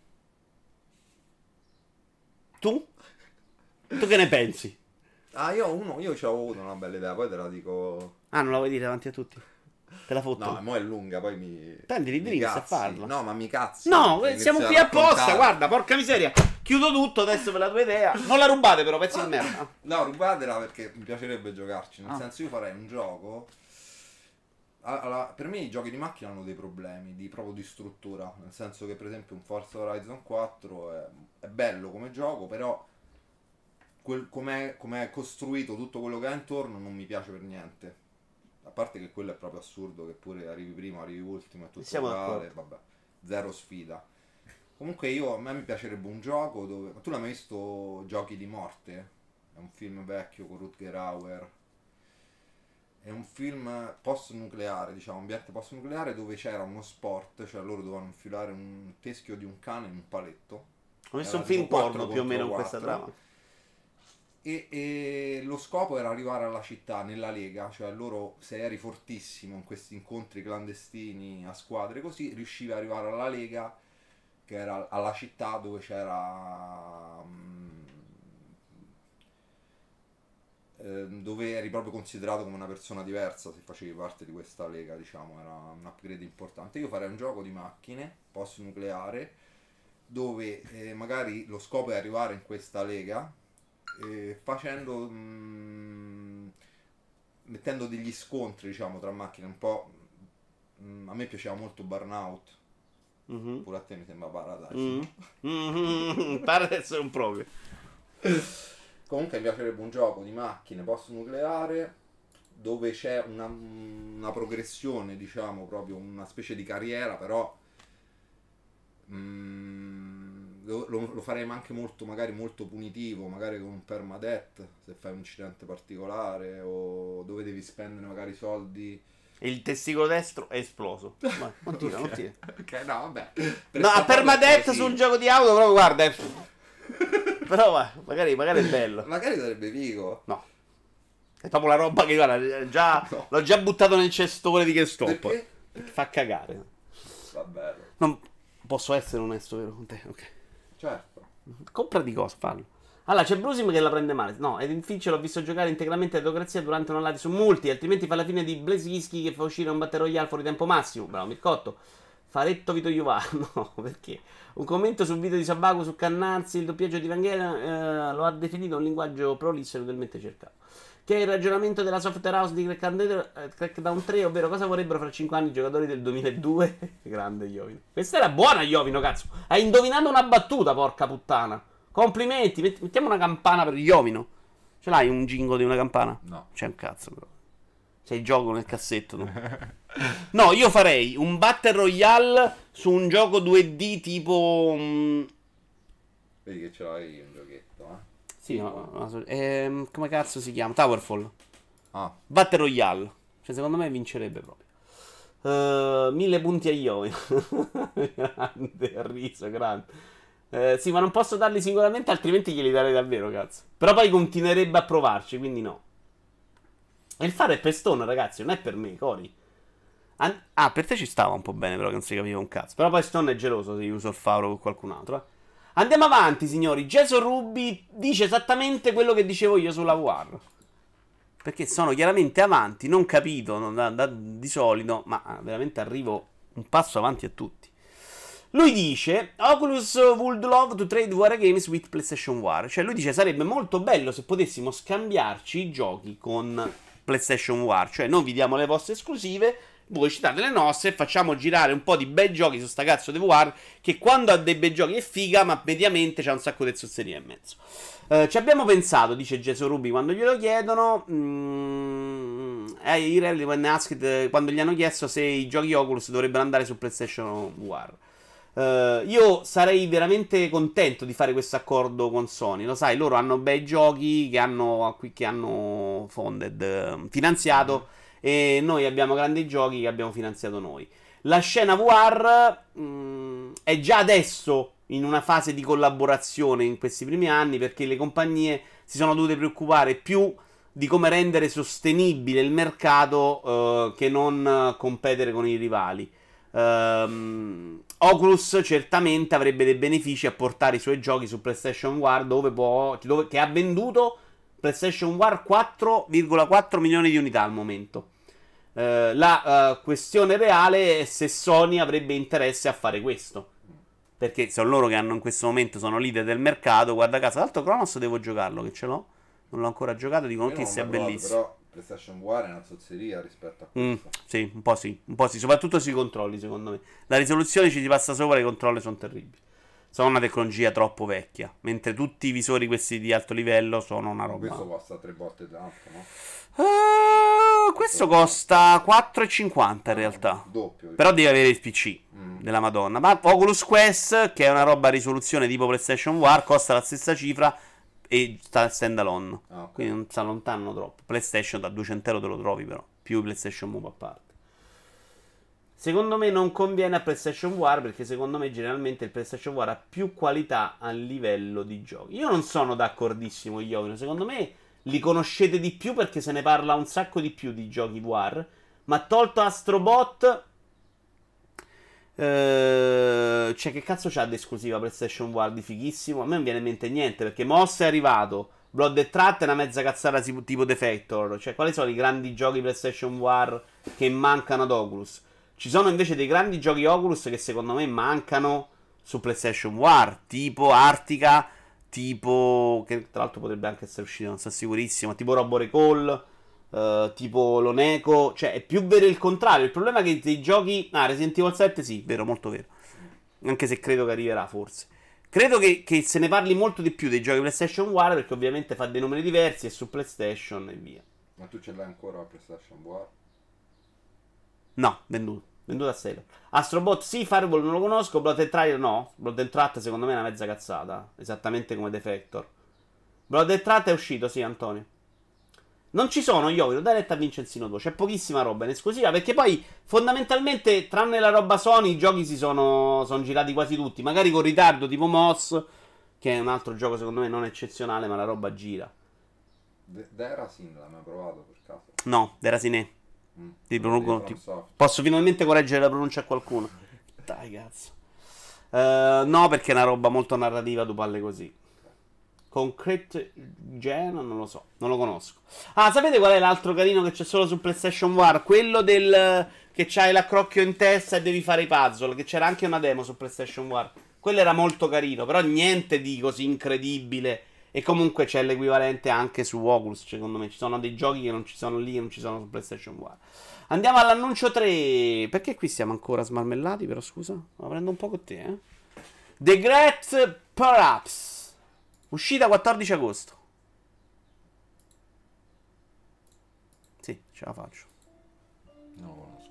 Tu? Tu che ne pensi? Ah, io uno, io ci ho avuto una bella idea, poi te la dico... Ah, non la vuoi dire davanti a tutti? Te la fotto? No, mo è lunga, poi mi... Prendili i mi drinks e cazzi. farlo. No, ma mi cazzi. No, Cioè, siamo inizio qui a apposta, raccontare. guarda, porca miseria. Chiudo tutto adesso per la tua idea. Non la rubate però, pezzi di merda. No, rubatela perché mi piacerebbe giocarci. Nel Ah. senso, io farei un gioco. Allora, per me i giochi di macchina hanno dei problemi di, proprio di struttura. Nel senso che, per esempio, un Forza Horizon quattro è, è bello come gioco, però quel, com'è, com'è costruito tutto quello che ha intorno non mi piace per niente. A parte che quello è proprio assurdo, che pure arrivi primo, arrivi ultimo, è tutto Siamo uguale, vabbè, zero sfida. Comunque io, a me mi piacerebbe un gioco dove... Ma tu l'hai mai visto Giochi di morte? È un film vecchio con Rutger Hauer. È un film post-nucleare, diciamo, ambiente post-nucleare dove c'era uno sport, cioè loro dovevano infilare un teschio di un cane in un paletto. Ho visto Era un film tipo quattro porno più o meno in contro questa quattro. trama. E, e lo scopo era arrivare alla città, nella lega, cioè loro, se eri fortissimo in questi incontri clandestini a squadre così, riuscivi ad arrivare alla lega, che era alla città dove c'era... mm, eh, dove eri proprio considerato come una persona diversa se facevi parte di questa lega, diciamo, era un upgrade importante. Io farei un gioco di macchine post-nucleare dove eh, magari lo scopo è arrivare in questa lega eh, facendo mm, mettendo degli scontri, diciamo, tra macchine un po'. mm, a me piaceva molto Burnout, Mhm. pure a te mi sembra Paradise. Mm. Mhm. Pare di essere un proprio. Comunque mi piacerebbe un gioco di macchine post-nucleare dove c'è una, una progressione, diciamo, proprio una specie di carriera, però mm, lo, lo- lo farei anche molto, magari molto punitivo, magari con un permadeath se fai un incidente particolare, o dove devi spendere magari soldi. E il testicolo destro è esploso. Vai, continua, continua. Ok, no, vabbè. No, a permadeath su un gioco di auto, proprio guarda. È... Però va, magari, magari è bello. Magari sarebbe figo. No. È proprio la roba che guarda, già, No. l'ho già buttato nel cestone di GameStop. Perché? Fa cagare. Va bene. Non- Posso essere onesto, vero? Con te, ok. Certo. Compra di cosa, fallo. Allora, c'è Brusim che la prende male. No, Ed in Finch l'ho visto giocare integralmente a Democrazia durante una live su multi, altrimenti fa la fine di Blaziski che fa uscire un Battle Royale fuori tempo massimo. Bravo, Mircotto. Faretto Vito Iuvara. No, perché? Un commento sul video di Sabaku su Cannarsi, il doppiaggio di Vanghera eh, lo ha definito un linguaggio prolisso e utilmente cercato. Che è il ragionamento della software house di Crackdown tre, ovvero cosa vorrebbero fra cinque anni i giocatori del duemiladue. Grande Iovino. Questa era buona, Iovino, cazzo. Hai indovinato una battuta, porca puttana. Complimenti. Mettiamo una campana per Iovino. Ce l'hai un jingle di una campana? No. C'è un cazzo, però. Sei gioco nel cassetto, no? No, io farei un Battle Royale su un gioco due D tipo... Um... Vedi che ce l'hai un giochetto, eh? Sì, no, no, no, ehm, come cazzo si chiama? Towerfall. Ah. Battle Royale. Cioè, secondo me vincerebbe proprio. Uh, mille punti a Iovi. Grande, ha riso, grande. Eh, sì, ma non posso darli sicuramente, altrimenti glieli darei davvero, cazzo. Però poi continuerebbe a provarci, quindi no. E il fare è per Stone, ragazzi, non è per me, Cori. An- ah, per te ci stava un po' bene, però che non si capiva un cazzo. Però poi Stone è geloso se io uso il faro con qualcun altro, eh. Andiamo avanti, signori. Jason Ruby dice esattamente quello che dicevo io sulla War. Perché sono chiaramente avanti, non capito non da, da, di solito, ma veramente arrivo un passo avanti a tutti. Lui dice Oculus would love to trade War Games with PlayStation War. Cioè lui dice sarebbe molto bello se potessimo scambiarci i giochi con PlayStation War. Cioè noi vi diamo le vostre esclusive, voi citate le nostre e facciamo girare un po' di bei giochi su sta cazzo di War, che quando ha dei bei giochi è figa, ma mediamente c'ha un sacco di zozzerie e mezzo. Uh, ci abbiamo pensato, dice Jason Ruby quando glielo chiedono. Mm, eh, when asked, quando gli hanno chiesto se i giochi Oculus dovrebbero andare su PlayStation War. Uh, io sarei veramente contento di fare questo accordo con Sony. Lo sai, loro hanno bei giochi che hanno, che hanno funded, finanziato. E noi abbiamo grandi giochi che abbiamo finanziato noi. La scena V R mh, è già adesso in una fase di collaborazione in questi primi anni, perché le compagnie si sono dovute preoccupare più di come rendere sostenibile il mercato uh, che non competere con i rivali. Um, Oculus certamente avrebbe dei benefici a portare i suoi giochi su PlayStation War, dove può, dove, che ha venduto PlayStation War quattro virgola quattro milioni di unità al momento. Uh, la uh, questione reale è se Sony avrebbe interesse a fare questo, perché sono loro che hanno in questo momento, sono leader del mercato. Guarda caso, l'altro Chronos devo giocarlo, che ce l'ho, non l'ho ancora giocato, dicono tutti sia bellissimo. Però PlayStation War è una zozzeria rispetto a Mm, questo. sì, un po' sì, un po' sì, soprattutto sui controlli, secondo me. La risoluzione ci si passa sopra, i controlli sono terribili. Sono una tecnologia troppo vecchia, mentre tutti i visori questi di alto livello sono una roba. Questo costa tre volte tanto, no? Uh, questo costa quattro e cinquanta in realtà. Doppio. Però devi avere il P C Mm. della Madonna. Ma Oculus Quest, che è una roba a risoluzione tipo PlayStation War, costa la stessa cifra e sta stand alone. Ah, ok. Quindi non si allontanano troppo. PlayStation da duecento euro te lo trovi, però più PlayStation Move a parte. Secondo me non conviene a PlayStation War, perché secondo me generalmente il PlayStation War ha più qualità a livello di giochi. Io non sono d'accordissimo, Iovino. Secondo me li conoscete di più perché se ne parla un sacco di più di giochi War. Ma tolto Astrobot, eh, cioè che cazzo c'ha di esclusiva PlayStation War di fighissimo? A me non viene in mente niente, perché Moss è arrivato, Blood and Truth è una mezza cazzata tipo Defector. Cioè quali sono i grandi giochi PlayStation War che mancano ad Oculus? Ci sono invece dei grandi giochi Oculus che secondo me mancano su PlayStation War, tipo Artica, tipo, che tra l'altro potrebbe anche essere uscito, non sono sicurissimo, tipo Robo Recall, uh, tipo Loneco. Cioè è più vero il contrario. Il problema è che dei giochi... Ah, Resident Evil sette sì, vero, molto vero. Anche se credo che arriverà forse. Credo che, che se ne parli molto di più dei giochi PlayStation War, perché ovviamente fa dei numeri diversi, è su PlayStation e via. Ma tu ce l'hai ancora la PlayStation War? No, venduto. Venduto a Sailor. Astrobot sì, Firewall non lo conosco. Blood and Trial no. Blood and Truth secondo me è una mezza cazzata. Esattamente come Defector. Blood and Truth è uscito, sì, Antonio. Non ci sono Iovino, dai retta a Vincenzino due. C'è pochissima roba in esclusiva, perché poi fondamentalmente, tranne la roba Sony, i giochi si sono, sono girati quasi tutti. Magari con ritardo, tipo Moss, che è un altro gioco secondo me non eccezionale, ma la roba gira. De- Derasin l'hai mai provato per caso? No, Derasine. Ti Quello pronunciano- di ti- FromSoft. Posso finalmente correggere la pronuncia a qualcuno. Dai, cazzo. Uh, no, perché è una roba molto narrativa, tu parli così. Concrete Gen, non lo so, non lo conosco. Ah, sapete qual è l'altro carino che c'è solo su PlayStation War? Quello del che c'hai l'accrocchio in testa e devi fare i puzzle, che c'era anche una demo su PlayStation War. Quello era molto carino, però niente di così incredibile. E comunque c'è l'equivalente anche su Oculus, secondo me. Ci sono dei giochi che non ci sono lì, che non ci sono su PlayStation War. Andiamo all'annuncio tre. Perché qui siamo ancora smarmellati, però scusa? La prendo un po' con te, eh. The Great Perhaps. Uscita quattordici agosto. Sì, ce la faccio. Non lo conosco.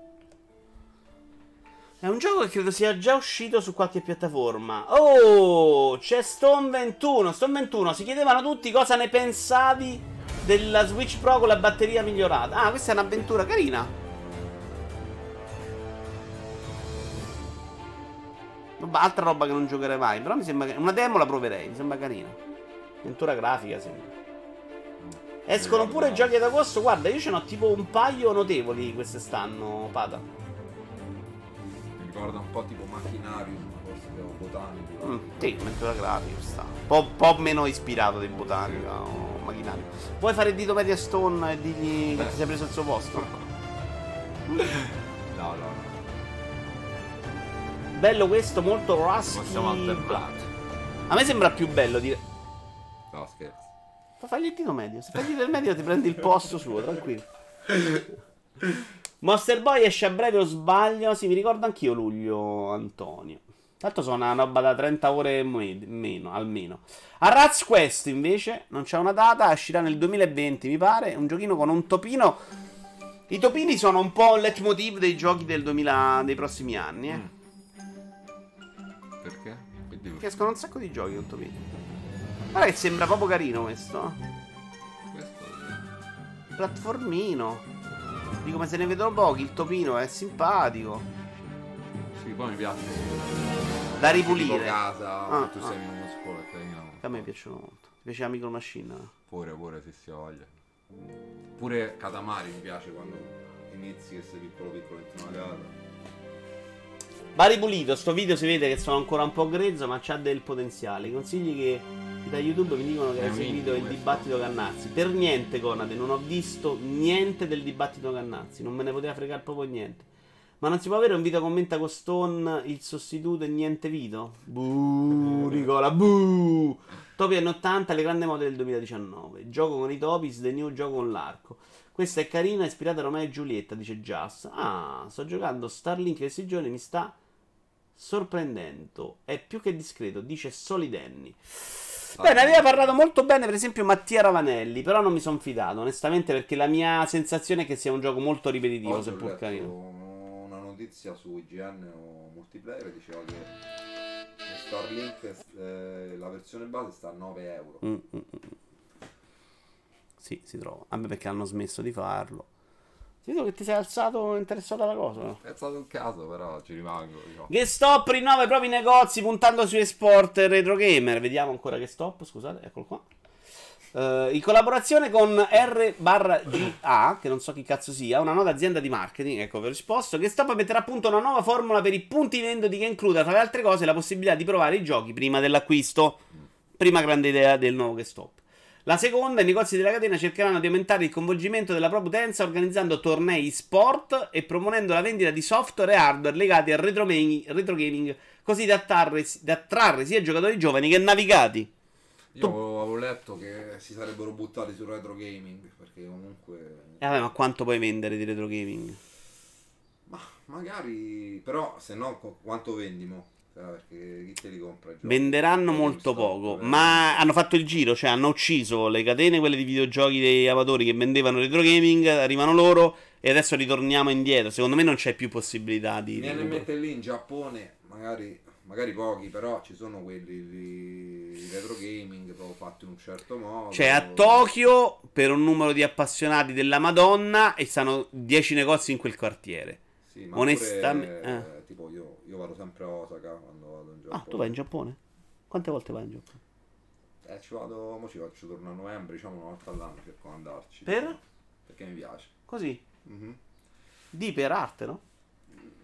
È un gioco che credo sia già uscito su qualche piattaforma. Oh, c'è Stone ventuno. Stone ventuno, si chiedevano tutti cosa ne pensavi della Switch Pro con la batteria migliorata. Ah, questa è un'avventura carina. Vabbè, altra roba che non giocherei mai. Però mi sembra che una demo la proverei. Mi sembra carina. Avventura grafica, sembra. Escono pure i giochi ad agosto. Guarda, io ce n'ho tipo un paio notevoli quest'anno, Pata. Mi ricorda un po' tipo Machinarium, forse o Botanico. Mm, sì, avventura grafica sta. Un po', po' meno ispirato di Botanica o Macchinario. Vuoi fare il dito Media Stone e digli che ti sei preso il suo posto? No, no, no. Bello questo, molto rusty. Possiamo alternare. A me sembra più bello dire. No, scherzo. Fa fagli il dito medio. Se fagli il medio ti prendi il posto suo, tranquillo. Monster Boy esce a breve o sbaglio? Sì, mi ricordo anch'io luglio, Antonio. Tanto sono una roba da trenta ore me- meno, almeno. A Rats Quest invece non c'è una data, uscirà nel duemilaventi mi pare. Un giochino con un topino. I topini sono un po' un leitmotiv dei giochi del duemila, dei prossimi anni, eh. Mm. Perché? Quindi... Che escono un sacco di giochi con topini. Guarda che sembra proprio carino questo. Questo Platformino. Dico, ma se ne vedono pochi, il topino è simpatico. sì, poi mi piace. Da Tipo ripulire. casa, Ah, tu ah. sei in uno scuola e no. Che a me piacciono molto. Mi piace la Micro Machine. Pure, pure, se si ha voglia. Pure Katamari mi piace quando inizi che sei piccolo piccolo dentro una casa. Va ripulito, sto video si vede che sono ancora un po' grezzo, ma c'ha del potenziale. I consigli che da YouTube mi dicono che È hai un seguito indie il questo. dibattito Cannazzi. Per niente, Conate, non ho visto niente del dibattito Cannazzi. Non me ne poteva fregare proprio niente. Ma non si può avere un video commenta con Stone, il sostituto e niente video? Buh, Nicola, buh. Topi anni ottanta, le grandi mode del duemiladiciannove. Gioco con i topi, The New gioco con l'arco. Questa è carina, ispirata a Romeo e Giulietta, dice Just. Ah, sto giocando Starlink questi giorni, mi sta sorprendendo. È più che discreto, dice Solidenni. Beh, ne aveva parlato molto bene, per esempio, Mattia Ravanelli. Però non mi sono fidato, onestamente, perché la mia sensazione è che sia un gioco molto ripetitivo, Oggi ho seppur letto carino. una notizia su I G N o Multiplayer, diceva che Starlink eh, la versione base sta a nove euro. Mm, mm, mm. Sì, si trova. Vabbè, perché hanno smesso di farlo. Ti vedo che ti sei alzato interessato alla cosa. È stato un caso, però ci rimango. Diciamo. GameStop rinnova i propri negozi puntando su esport e retro gamer. Vediamo ancora GameStop, scusate, eccolo qua. Uh, in collaborazione con R barra G A, che non so chi cazzo sia, una nuova azienda di marketing, ecco vi ho risposto, GameStop metterà a punto una nuova formula per i punti vendita che includa, tra le altre cose, la possibilità di provare i giochi prima dell'acquisto. Prima grande idea del nuovo GameStop. La seconda, i negozi della catena cercheranno di aumentare il coinvolgimento della propria utenza organizzando tornei sport e proponendo la vendita di software e hardware legati al retro, mani- retro gaming, così da attrarre, da attrarre sia giocatori giovani che navigati. Io avevo, avevo letto che si sarebbero buttati sul retro gaming, perché comunque... E vabbè, ma quanto puoi vendere di retro gaming? Ma magari... Però, se no, qu- quanto vendi mo? Eh, perché chi te li compra i giochi? Venderanno Eh, molto GameStop, poco, eh. ma hanno fatto il giro, cioè hanno ucciso le catene, quelle di videogiochi dei amatori che vendevano retro gaming, arrivano loro e adesso ritorniamo indietro. Secondo me non c'è più possibilità di... Mi viene in mente lì in Giappone, magari, magari pochi, però ci sono quelli di di retro gaming proprio fatti in un certo modo. Cioè a Tokyo, per un numero di appassionati della Madonna, e stanno dieci negozi in quel quartiere. Sì, ma onestamente... pure, eh. tipo io, io vado sempre a Osaka quando vado in Giappone. Ah, tu vai in Giappone? Quante volte vai in Giappone? Eh, ci vado, mo ci faccio torno a novembre, diciamo una volta all'anno cerco di andarci. Per? Perché mi piace. Così? Mhm. Di per arte, no? Ma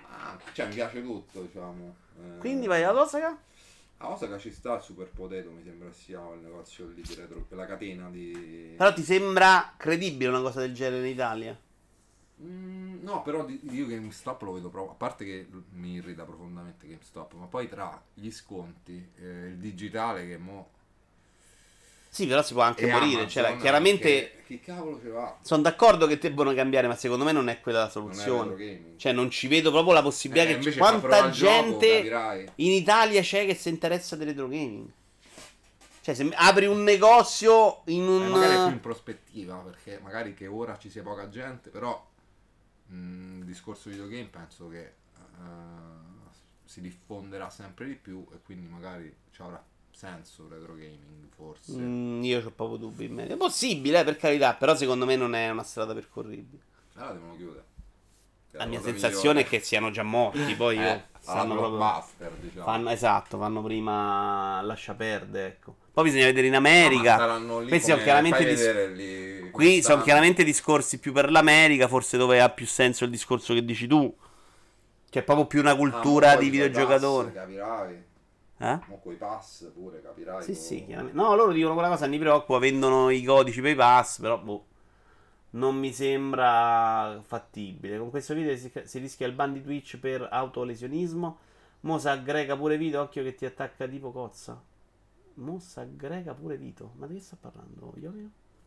Ah, cioè mi piace tutto, diciamo. Eh, Quindi vai ad Osaka? A Osaka ci sta il Super Potato, mi sembra sia il negozio lì di retro, la catena di... Però ti sembra credibile una cosa del genere in Italia? Mm, no, però di- io GameStop lo vedo proprio, a parte che mi irrita profondamente GameStop, ma poi tra gli sconti, eh, il digitale che mo... Sì, però si può anche e morire. Amazon, Cioè, chiaramente che, chi cavolo ce va? sono d'accordo che devono cambiare, ma secondo me non è quella la Non è retro soluzione. gaming. Cioè, non ci vedo proprio la possibilità Eh, che invece fa prova quanta al gioco, gente capirai. in Italia c'è che si interessa del retro gaming. Cioè, se apri un negozio in un... Eh, magari è più in prospettiva, perché magari che ora ci sia poca gente, però mh, il discorso videogame penso che eh, si diffonderà sempre di più e quindi magari ci avrà senso il retro gaming, forse. Mm, io ho proprio dubbi in merito. È possibile, eh, per carità, però secondo me non è una strada percorribile. Allora devono chiudere. Che La è mia cosa sensazione migliore. è che siano già morti, poi io Eh, alla stanno proprio... blockbuster, diciamo. Fanno, esatto, fanno prima lascia perdere, ecco. Poi bisogna vedere in No, ma America. saranno lì Questi sono come- chiaramente fai dis- vedere lì come Qui sono stanno. chiaramente discorsi più per l'America, forse dove ha più senso il discorso che dici tu. C'è proprio più una Ah, cultura ma poi di ci sono i videogiocatori. pass, capirai. Eh? Mo coi pass pure, capirai. Sì, co- sì, chiaramente. No, loro dicono quella cosa, non mi preoccupa, vendono i codici per i pass, però boh, non mi sembra fattibile. Con questo video si, si rischia il ban di Twitch per autolesionismo. Mo si aggrega pure Vito, occhio che ti attacca tipo cozza. Mo si aggrega pure Vito. Ma di che sta parlando, Io-Io?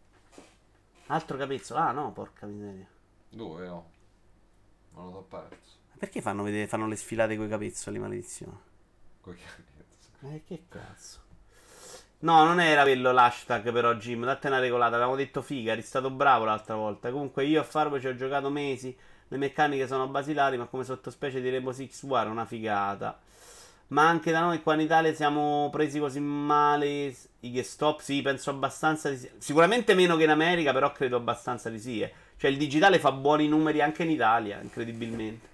Altro capezzolo. Ah no, porca miseria. Dove no? Non lo so perso. Ma perché fanno vedere, fanno le sfilate coi capezzoli, maledizione? Coi cazzo. Ma che cazzo? No, non era quello l'hashtag però, Jim. Date una regolata. Avevamo detto figa, eri stato bravo l'altra volta. Comunque io a Farbo ci ho giocato mesi. Le meccaniche sono basilari, ma come sottospecie di Rainbow Six War è una figata. Ma anche da noi qua in Italia siamo presi così male. I che stop, sì, penso abbastanza di sì. Sicuramente meno che in America, però credo abbastanza di sì. eh. Cioè il digitale fa buoni numeri anche in Italia, incredibilmente.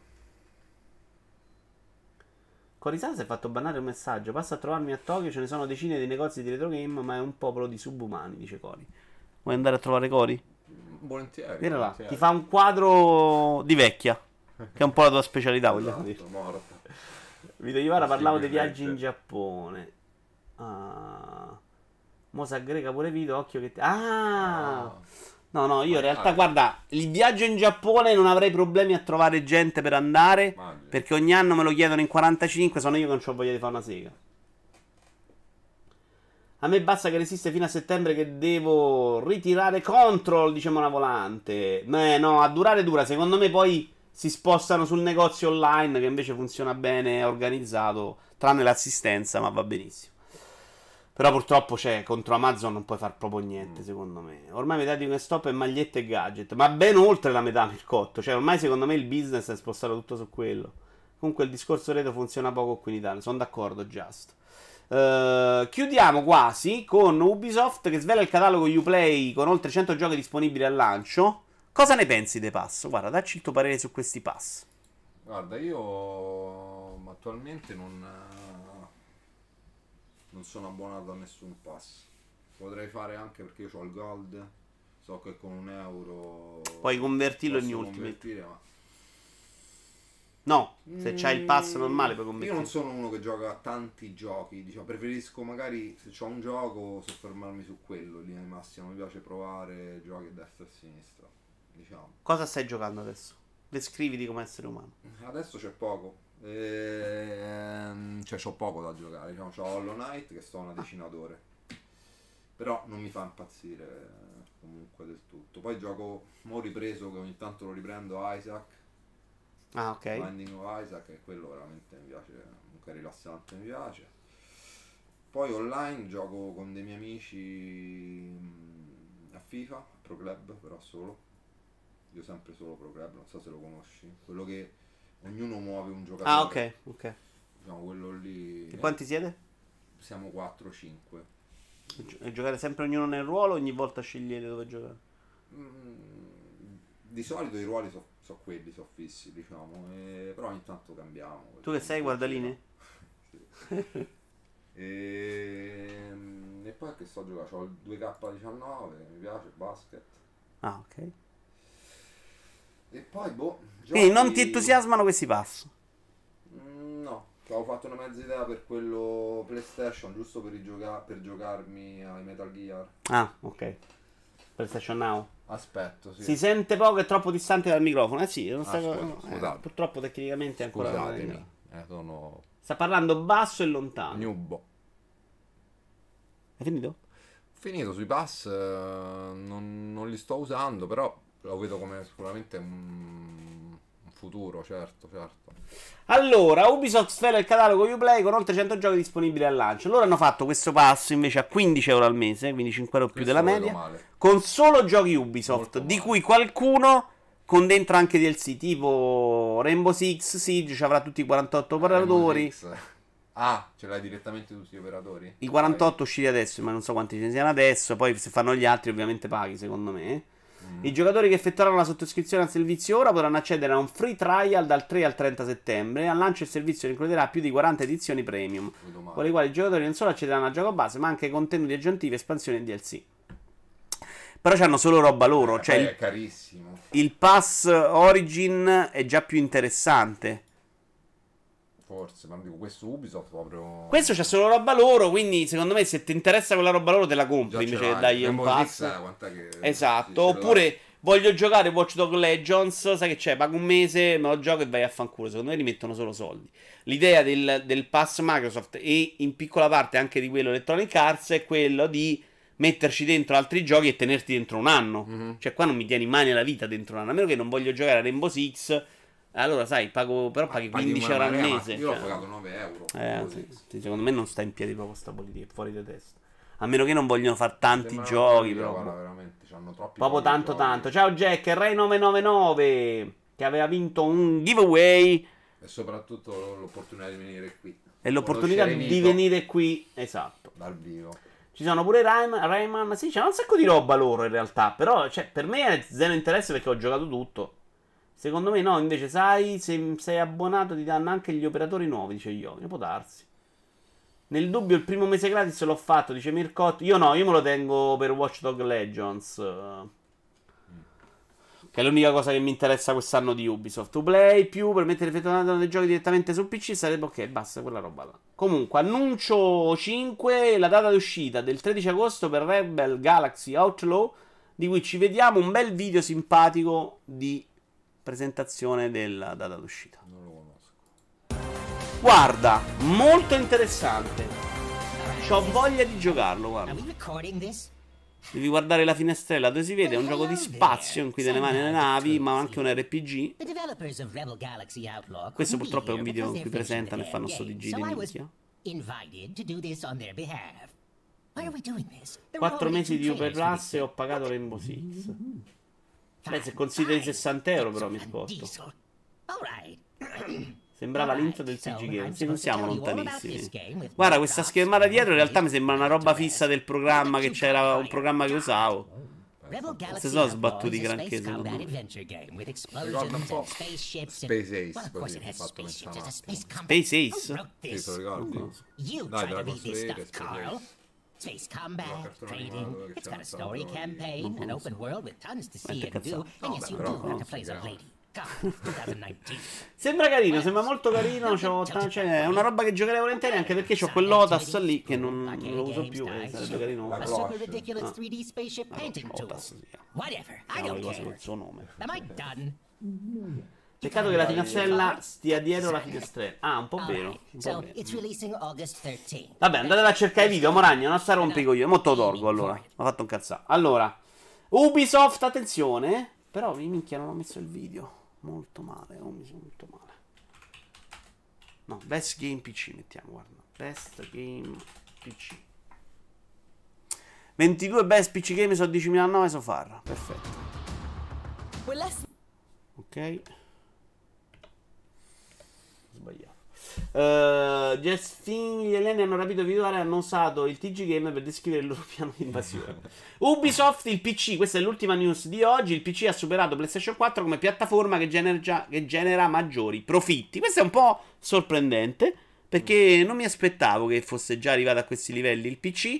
Corisana si è fatto bannare un messaggio. Passa a trovarmi a Tokyo, ce ne sono decine di negozi di retro game, ma è un popolo di subumani, dice Cori. Vuoi andare a trovare Cori? Volentieri. Vieni là, volentieri. ti fa un quadro di vecchia, che è un po' la tua specialità, vogliamo dire. Esatto, morto. Vito Iovara parlavo dei Possibilmente. viaggi in Giappone. Ah. Mosa greca pure Vito, occhio che... ti- Ah! Ah. No, no, io in realtà, Magari. guarda, il viaggio in Giappone non avrei problemi a trovare gente per andare, Immagino. perché ogni anno me lo chiedono in quarantacinque, sono io che non ho voglia di fare una sega. A me basta che resiste fino a settembre che devo ritirare Control, dice Mona Volante. Eh, no, a durare dura. Secondo me poi si spostano sul negozio online che invece funziona bene, è organizzato, tranne l'assistenza, ma va benissimo. Però purtroppo c'è, contro Amazon non puoi far proprio niente, Mm. secondo me. Ormai metà di stop è magliette e gadget, ma ben oltre la metà Mircotto. Cioè ormai secondo me il business è spostato tutto su quello. Comunque il discorso retro funziona poco qui in Italia, sono d'accordo, Just. Uh, chiudiamo quasi con Ubisoft che svela il catalogo Uplay con oltre cento giochi disponibili al lancio. Cosa ne pensi dei pass? Guarda, dacci il tuo parere su questi pass. Guarda, io attualmente non, non sono abbonato a nessun pass. Potrei fare anche perché io ho il gold. So che con un euro Puoi convertirlo in posso Ultimate. convertire, ma No, se c'hai il pass Mm, normale puoi io convertirlo. non sono uno che gioca a tanti giochi, diciamo, preferisco magari se c'ho un gioco soffermarmi su quello, lì al massimo mi piace provare giochi a destra e a sinistra, diciamo. Cosa stai giocando adesso? Descriviti come essere umano. Adesso c'è poco, ehm, cioè c'ho poco da giocare, diciamo, c'ho Hollow Knight che sto una decina d'ore, però non mi fa impazzire eh, comunque del tutto. Poi gioco, mo ho ripreso che ogni tanto lo riprendo, Isaac. Ah, ok. Binding of Isaac, e quello veramente mi piace, comunque è rilassante, mi piace. Poi online gioco con dei miei amici mh, a FIFA, a Pro Club, però solo. Io sempre solo Pro Club, non so se lo conosci. Quello che ognuno muove un giocatore. Ah, ok, ok. Diciamo quello lì. E quanti siete? Siamo quattro cinque. E gio- e giocare sempre ognuno nel ruolo, ogni volta scegliete dove giocare. Mm, di solito i ruoli sono so quelli, sono fissi, diciamo, e- però ogni tanto cambiamo. Tu che sei, guardaline? Sì. E... e poi che sto giocando, ho il due K diciannove, mi piace, basket. Ah, ok. E poi, boh... Quindi non giochi- ti entusiasmano questi pass? Mm, no, avevo fatto una mezza idea per quello PlayStation, giusto per, rigioca- per giocarmi ai Metal Gear. Ah, ok. PlayStation Now. Aspetto, sì. Si sente poco e troppo distante dal microfono. Eh sì, non sta... Ah, scusa, eh, scusate. purtroppo tecnicamente è ancora... Scusatemi, eh, sono Sta parlando basso e lontano. Newbo. Hai finito? Finito sui pass, eh, non, non li sto usando, però lo vedo come sicuramente un, un futuro, certo, certo. Allora, Ubisoft sfera il catalogo Uplay con oltre cento giochi disponibili al lancio. Loro hanno fatto questo passo invece a quindici euro al mese, quindi cinque euro più Questo della lo vedo media, male. con solo giochi Ubisoft, Molto di male. cui qualcuno con dentro anche D L C, tipo Rainbow Six Siege, ci avrà tutti i quarantotto operatori. Rainbow Six. Ah, ce l'hai direttamente tutti gli operatori? I quarantotto usciti adesso, ma non so quanti ce ne siano adesso. Poi se fanno gli altri ovviamente paghi, secondo me. Mm. I giocatori che effettueranno la sottoscrizione al servizio ora potranno accedere a un free trial dal tre al trenta settembre. Al lancio il servizio includerà più di quaranta edizioni premium, Vedo male. con le quali i giocatori non solo accederanno al gioco base, ma anche contenuti aggiuntivi, espansioni e D L C. Però c'hanno solo roba loro. Eh, Cioè poi il, è carissimo. il pass Origin è già più interessante. Forse, ma dico, questo Ubisoft proprio... Questo c'è solo roba loro, quindi secondo me se ti interessa quella roba loro te la Già compri ce invece che l'hai. dagli un Rainbow pass. Six, eh, quant'è che- Esatto, sì, ce l'hai. oppure voglio giocare Watch Dogs Legends, sai che c'è, pago un mese, me lo gioco e vai a fanculo, secondo me rimettono solo soldi. L'idea del, del pass Microsoft e in piccola parte anche di quello Electronic Arts è quello di metterci dentro altri giochi e tenerti dentro un anno. Mhm. Cioè qua non mi tieni mai nella vita dentro un anno, a meno che non voglio giocare a Rainbow Six. Allora sai, pago, però paghi Paghi quindici una euro al marea, ma mese. Io l'ho cioè. pagato nove euro. Eh, così. sì, sì, secondo me non sta in piedi proprio sta politica, è fuori di testa. A meno che non vogliono fare tanti Sembra una giochi, follia, però. guarda, boh. veramente, c'hanno troppi Proprio pochi tanto giochi. tanto. Ciao Jack, Ray nove nove nove che aveva vinto un giveaway E soprattutto l'opportunità di venire qui. e l'opportunità Conoscere di Vito venire qui. Esatto. dal vivo. Ci sono pure Rayman, Rayman sì, c'è un sacco di roba loro in realtà, però cioè, per me è zero interesse perché ho giocato tutto. Secondo me no, invece sai, se sei abbonato ti danno anche gli operatori nuovi, dice io, può darsi. Nel dubbio il primo mese gratis l'ho fatto, dice Mircott. Io no, io me lo tengo per Watch Dogs Legends, eh, che è l'unica cosa che mi interessa quest'anno di Ubisoft. Uplay più permette di effettuare dei giochi direttamente su P C sarebbe ok, basta quella roba là. Comunque, annuncio cinque, la data d'uscita del tredici agosto per Rebel Galaxy Outlaw, di cui ci vediamo un bel video simpatico di presentazione della data d'uscita. Non lo conosco. Guarda, molto interessante. C'ho voglia di giocarlo, Are guarda. we recording this? Devi guardare la finestrella dove si vede, è un gioco di spazio in cui te ne mani le navi, ma anche un R P G. The developers of Rebel Galaxy Outlaw Questo couldn't purtroppo è be un here video in because cui they're finishing presentano e the fanno damn sto di game, giri so di I was minchia. invited to do this on their behalf. Why are we doing this? There were Quattro already mesi two di Uber trailers for Plus this e ho game. pagato Rainbow Six. Beh, se Fine, consideri fine. sessanta euro però mi Van sposto. Diesel. All right. Sembrava Alright, l'intro del so T G I'm Game. Sì, non supposed to siamo tell you all about this lontanissimi. game with Guarda, no questa dots, schermata no dietro in realtà mi graphics, sembra una no roba rest. fissa del programma che c'era, un programma che usavo. Rebel Galaxy sono Outlaw sbattuti is a granché, space secondo combat me. adventure game with Ricorda un explosions po' and spaceships and... Space Ace, Well, of course così, it has fatto pensare spaceships. un It's a attimo. space combat. Space Ace? Who wrote Sì, this? te lo ricordi? You Dai, try da to read this costruire, stuff, Carl. Space Space No, combat, cartone trading. animato che It's got a c'era story stato- campaign, an open world with tons to see Quante and do. cazzate. And yes, you però do have to conosco, play as a però. lady. God, twenty nineteen. Sembra carino, sembra molto carino. c'ho- cioè, è una roba che giocherei volentieri anche perché ho quel Lotus lì che non, non lo uso più. E sarebbe carino. La A cloche. super ridiculous Ah. three D spaceship painting tool. Lotus si chiama. Whatever, I Chiamano le don't cose care. col suo nome. Am I done? Peccato che la finestrella stia dietro la finestrella. Ah, un po' vero. Alright, Un po' so vero. it's releasing August thirteenth. Vabbè, andate a cercare i video, Moragno, non sta rompico io. Mo te lo tolgo allora. Mi ha fatto un cazzato. Allora, Ubisoft, attenzione. Però, minchia, non ho messo il video. Molto male, ho messo molto male. No, Best Game P C mettiamo, guarda. Best Game P C. ventidue Best P C Game su diecimilanove so far. Perfetto. Ok. Sbagliato. Uh, Jessfin gli alieni hanno rapito Vituare e hanno usato il T G Game per descrivere il loro piano di invasione. Ubisoft, il P C, questa è l'ultima news di oggi. Il P C ha superato PlayStation quattro come piattaforma che genera, che genera maggiori profitti. Questo è un po' sorprendente perché non mi aspettavo che fosse già arrivato a questi livelli il P C.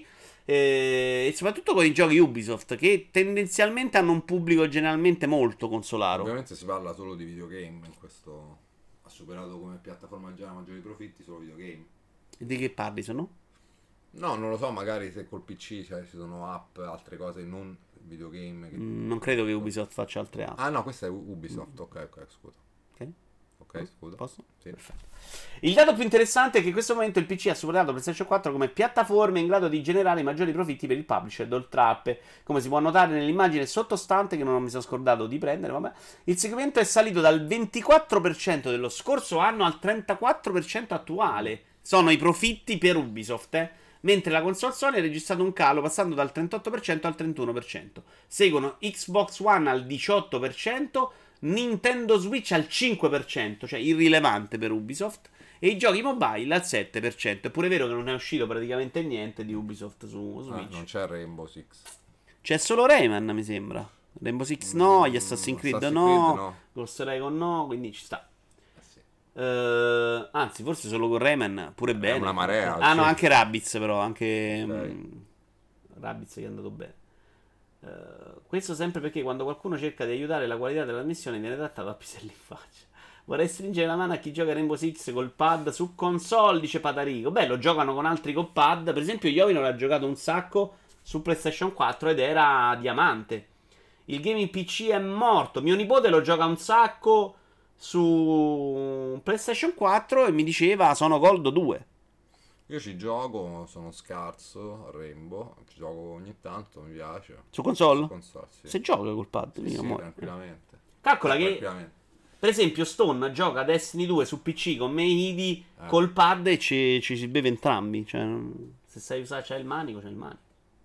Eh, e soprattutto con i giochi Ubisoft, che tendenzialmente hanno un pubblico generalmente molto consolaro. Ovviamente si parla solo di videogame in questo. Ha superato come piattaforma già maggiori profitti solo videogame. E di che parli, sono? No, non lo so, magari se col P C cioè, ci sono app, altre cose, non videogame. Che... Mm, non credo che Ubisoft faccia altre app. Ah no, questa è Ubisoft, ok, ok, scusa. Ok? Ok, scusa. Posso? Sì. Perfetto. Il dato più interessante è che in questo momento il P C ha superato PlayStation quattro come piattaforma in grado di generare i maggiori profitti per il publisher d'oltrappe. Come si può notare nell'immagine sottostante, che non mi sono scordato di prendere, vabbè, il segmento è salito dal ventiquattro per cento dello scorso anno al trentaquattro per cento attuale. Sono i profitti per Ubisoft, eh? Mentre la console Sony ha registrato un calo passando dal trentotto per cento al trentuno per cento. Seguono Xbox One al diciotto per cento, Nintendo Switch al cinque per cento, cioè irrilevante per Ubisoft, e i giochi mobile al sette per cento. È pure vero che non è uscito praticamente niente di Ubisoft su Switch. Ah, non c'è Rainbow Six. C'è solo Rayman, mi sembra. Rainbow Six no, gli Assassin's Creed, Assassin's no, Creed no. Ghost Recon no, quindi ci sta. Eh sì. Uh, anzi, forse solo con Rayman pure bene. una marea, Ah, no, sì. anche Rabbids, però. Anche Ok. mm, Rabbids che è andato bene. Uh, questo sempre perché quando qualcuno cerca di aiutare la qualità della missione viene trattato a piselli in faccia. Vorrei stringere la mano a chi gioca a Rainbow Six col pad su console, dice Patarico. Beh, lo giocano con altri col pad. Per esempio, Iovino l'ha giocato un sacco su PlayStation quattro ed era diamante. Il gaming P C è morto. Mio nipote lo gioca un sacco su PlayStation quattro e mi diceva sono Gold due. Io ci gioco, sono scarso a Rainbow, ci gioco ogni tanto, mi piace. Su console? Su console, sì. Se gioca col pad, Sì, mica sì, muore. tranquillamente. Calcola che, Tranquillamente. per esempio, Stone gioca Destiny due su P C con Meidi Eh. col pad e ci, ci si beve entrambi. Cioè, se sai usare, c'è il manico, c'è il manico.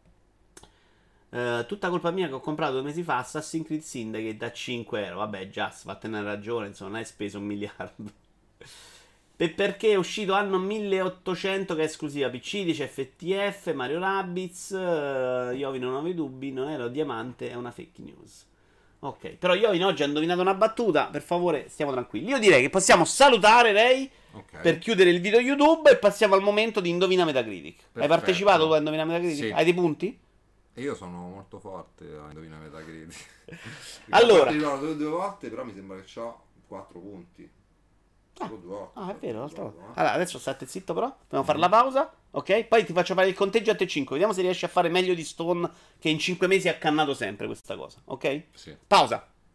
Eh, tutta colpa mia che ho comprato due mesi fa Assassin's Creed Syndicate da cinque euro. Vabbè, già, vattene ragione, insomma, non hai speso un miliardo. Per perché è uscito anno milleottocento che è esclusiva P C, dice F T F, Mario Rabbids, uh, Iovino non ho i dubbi, non ero diamante, è una fake news. Ok, però Iovino oggi ha indovinato una battuta, per favore stiamo tranquilli. Io direi che possiamo salutare lei Ok. per chiudere il video YouTube e passiamo al momento di Indovina Metacritic. Hai Perfetto. partecipato tu a Indovina Metacritic? Sì. Hai dei punti? E io sono molto forte a indovinare Metacritic. Allora. Ho fatto due, due volte, però mi sembra che ho quattro punti. Solo due volte. Ah, è vero, l'altra Due volta. volte, eh. Allora, adesso state zitto però. Dobbiamo fare la pausa, ok? Poi ti faccio fare il conteggio a te cinque. Vediamo se riesci a fare meglio di Stone, che in cinque mesi ha cannato sempre questa cosa, ok? Sì. Pausa.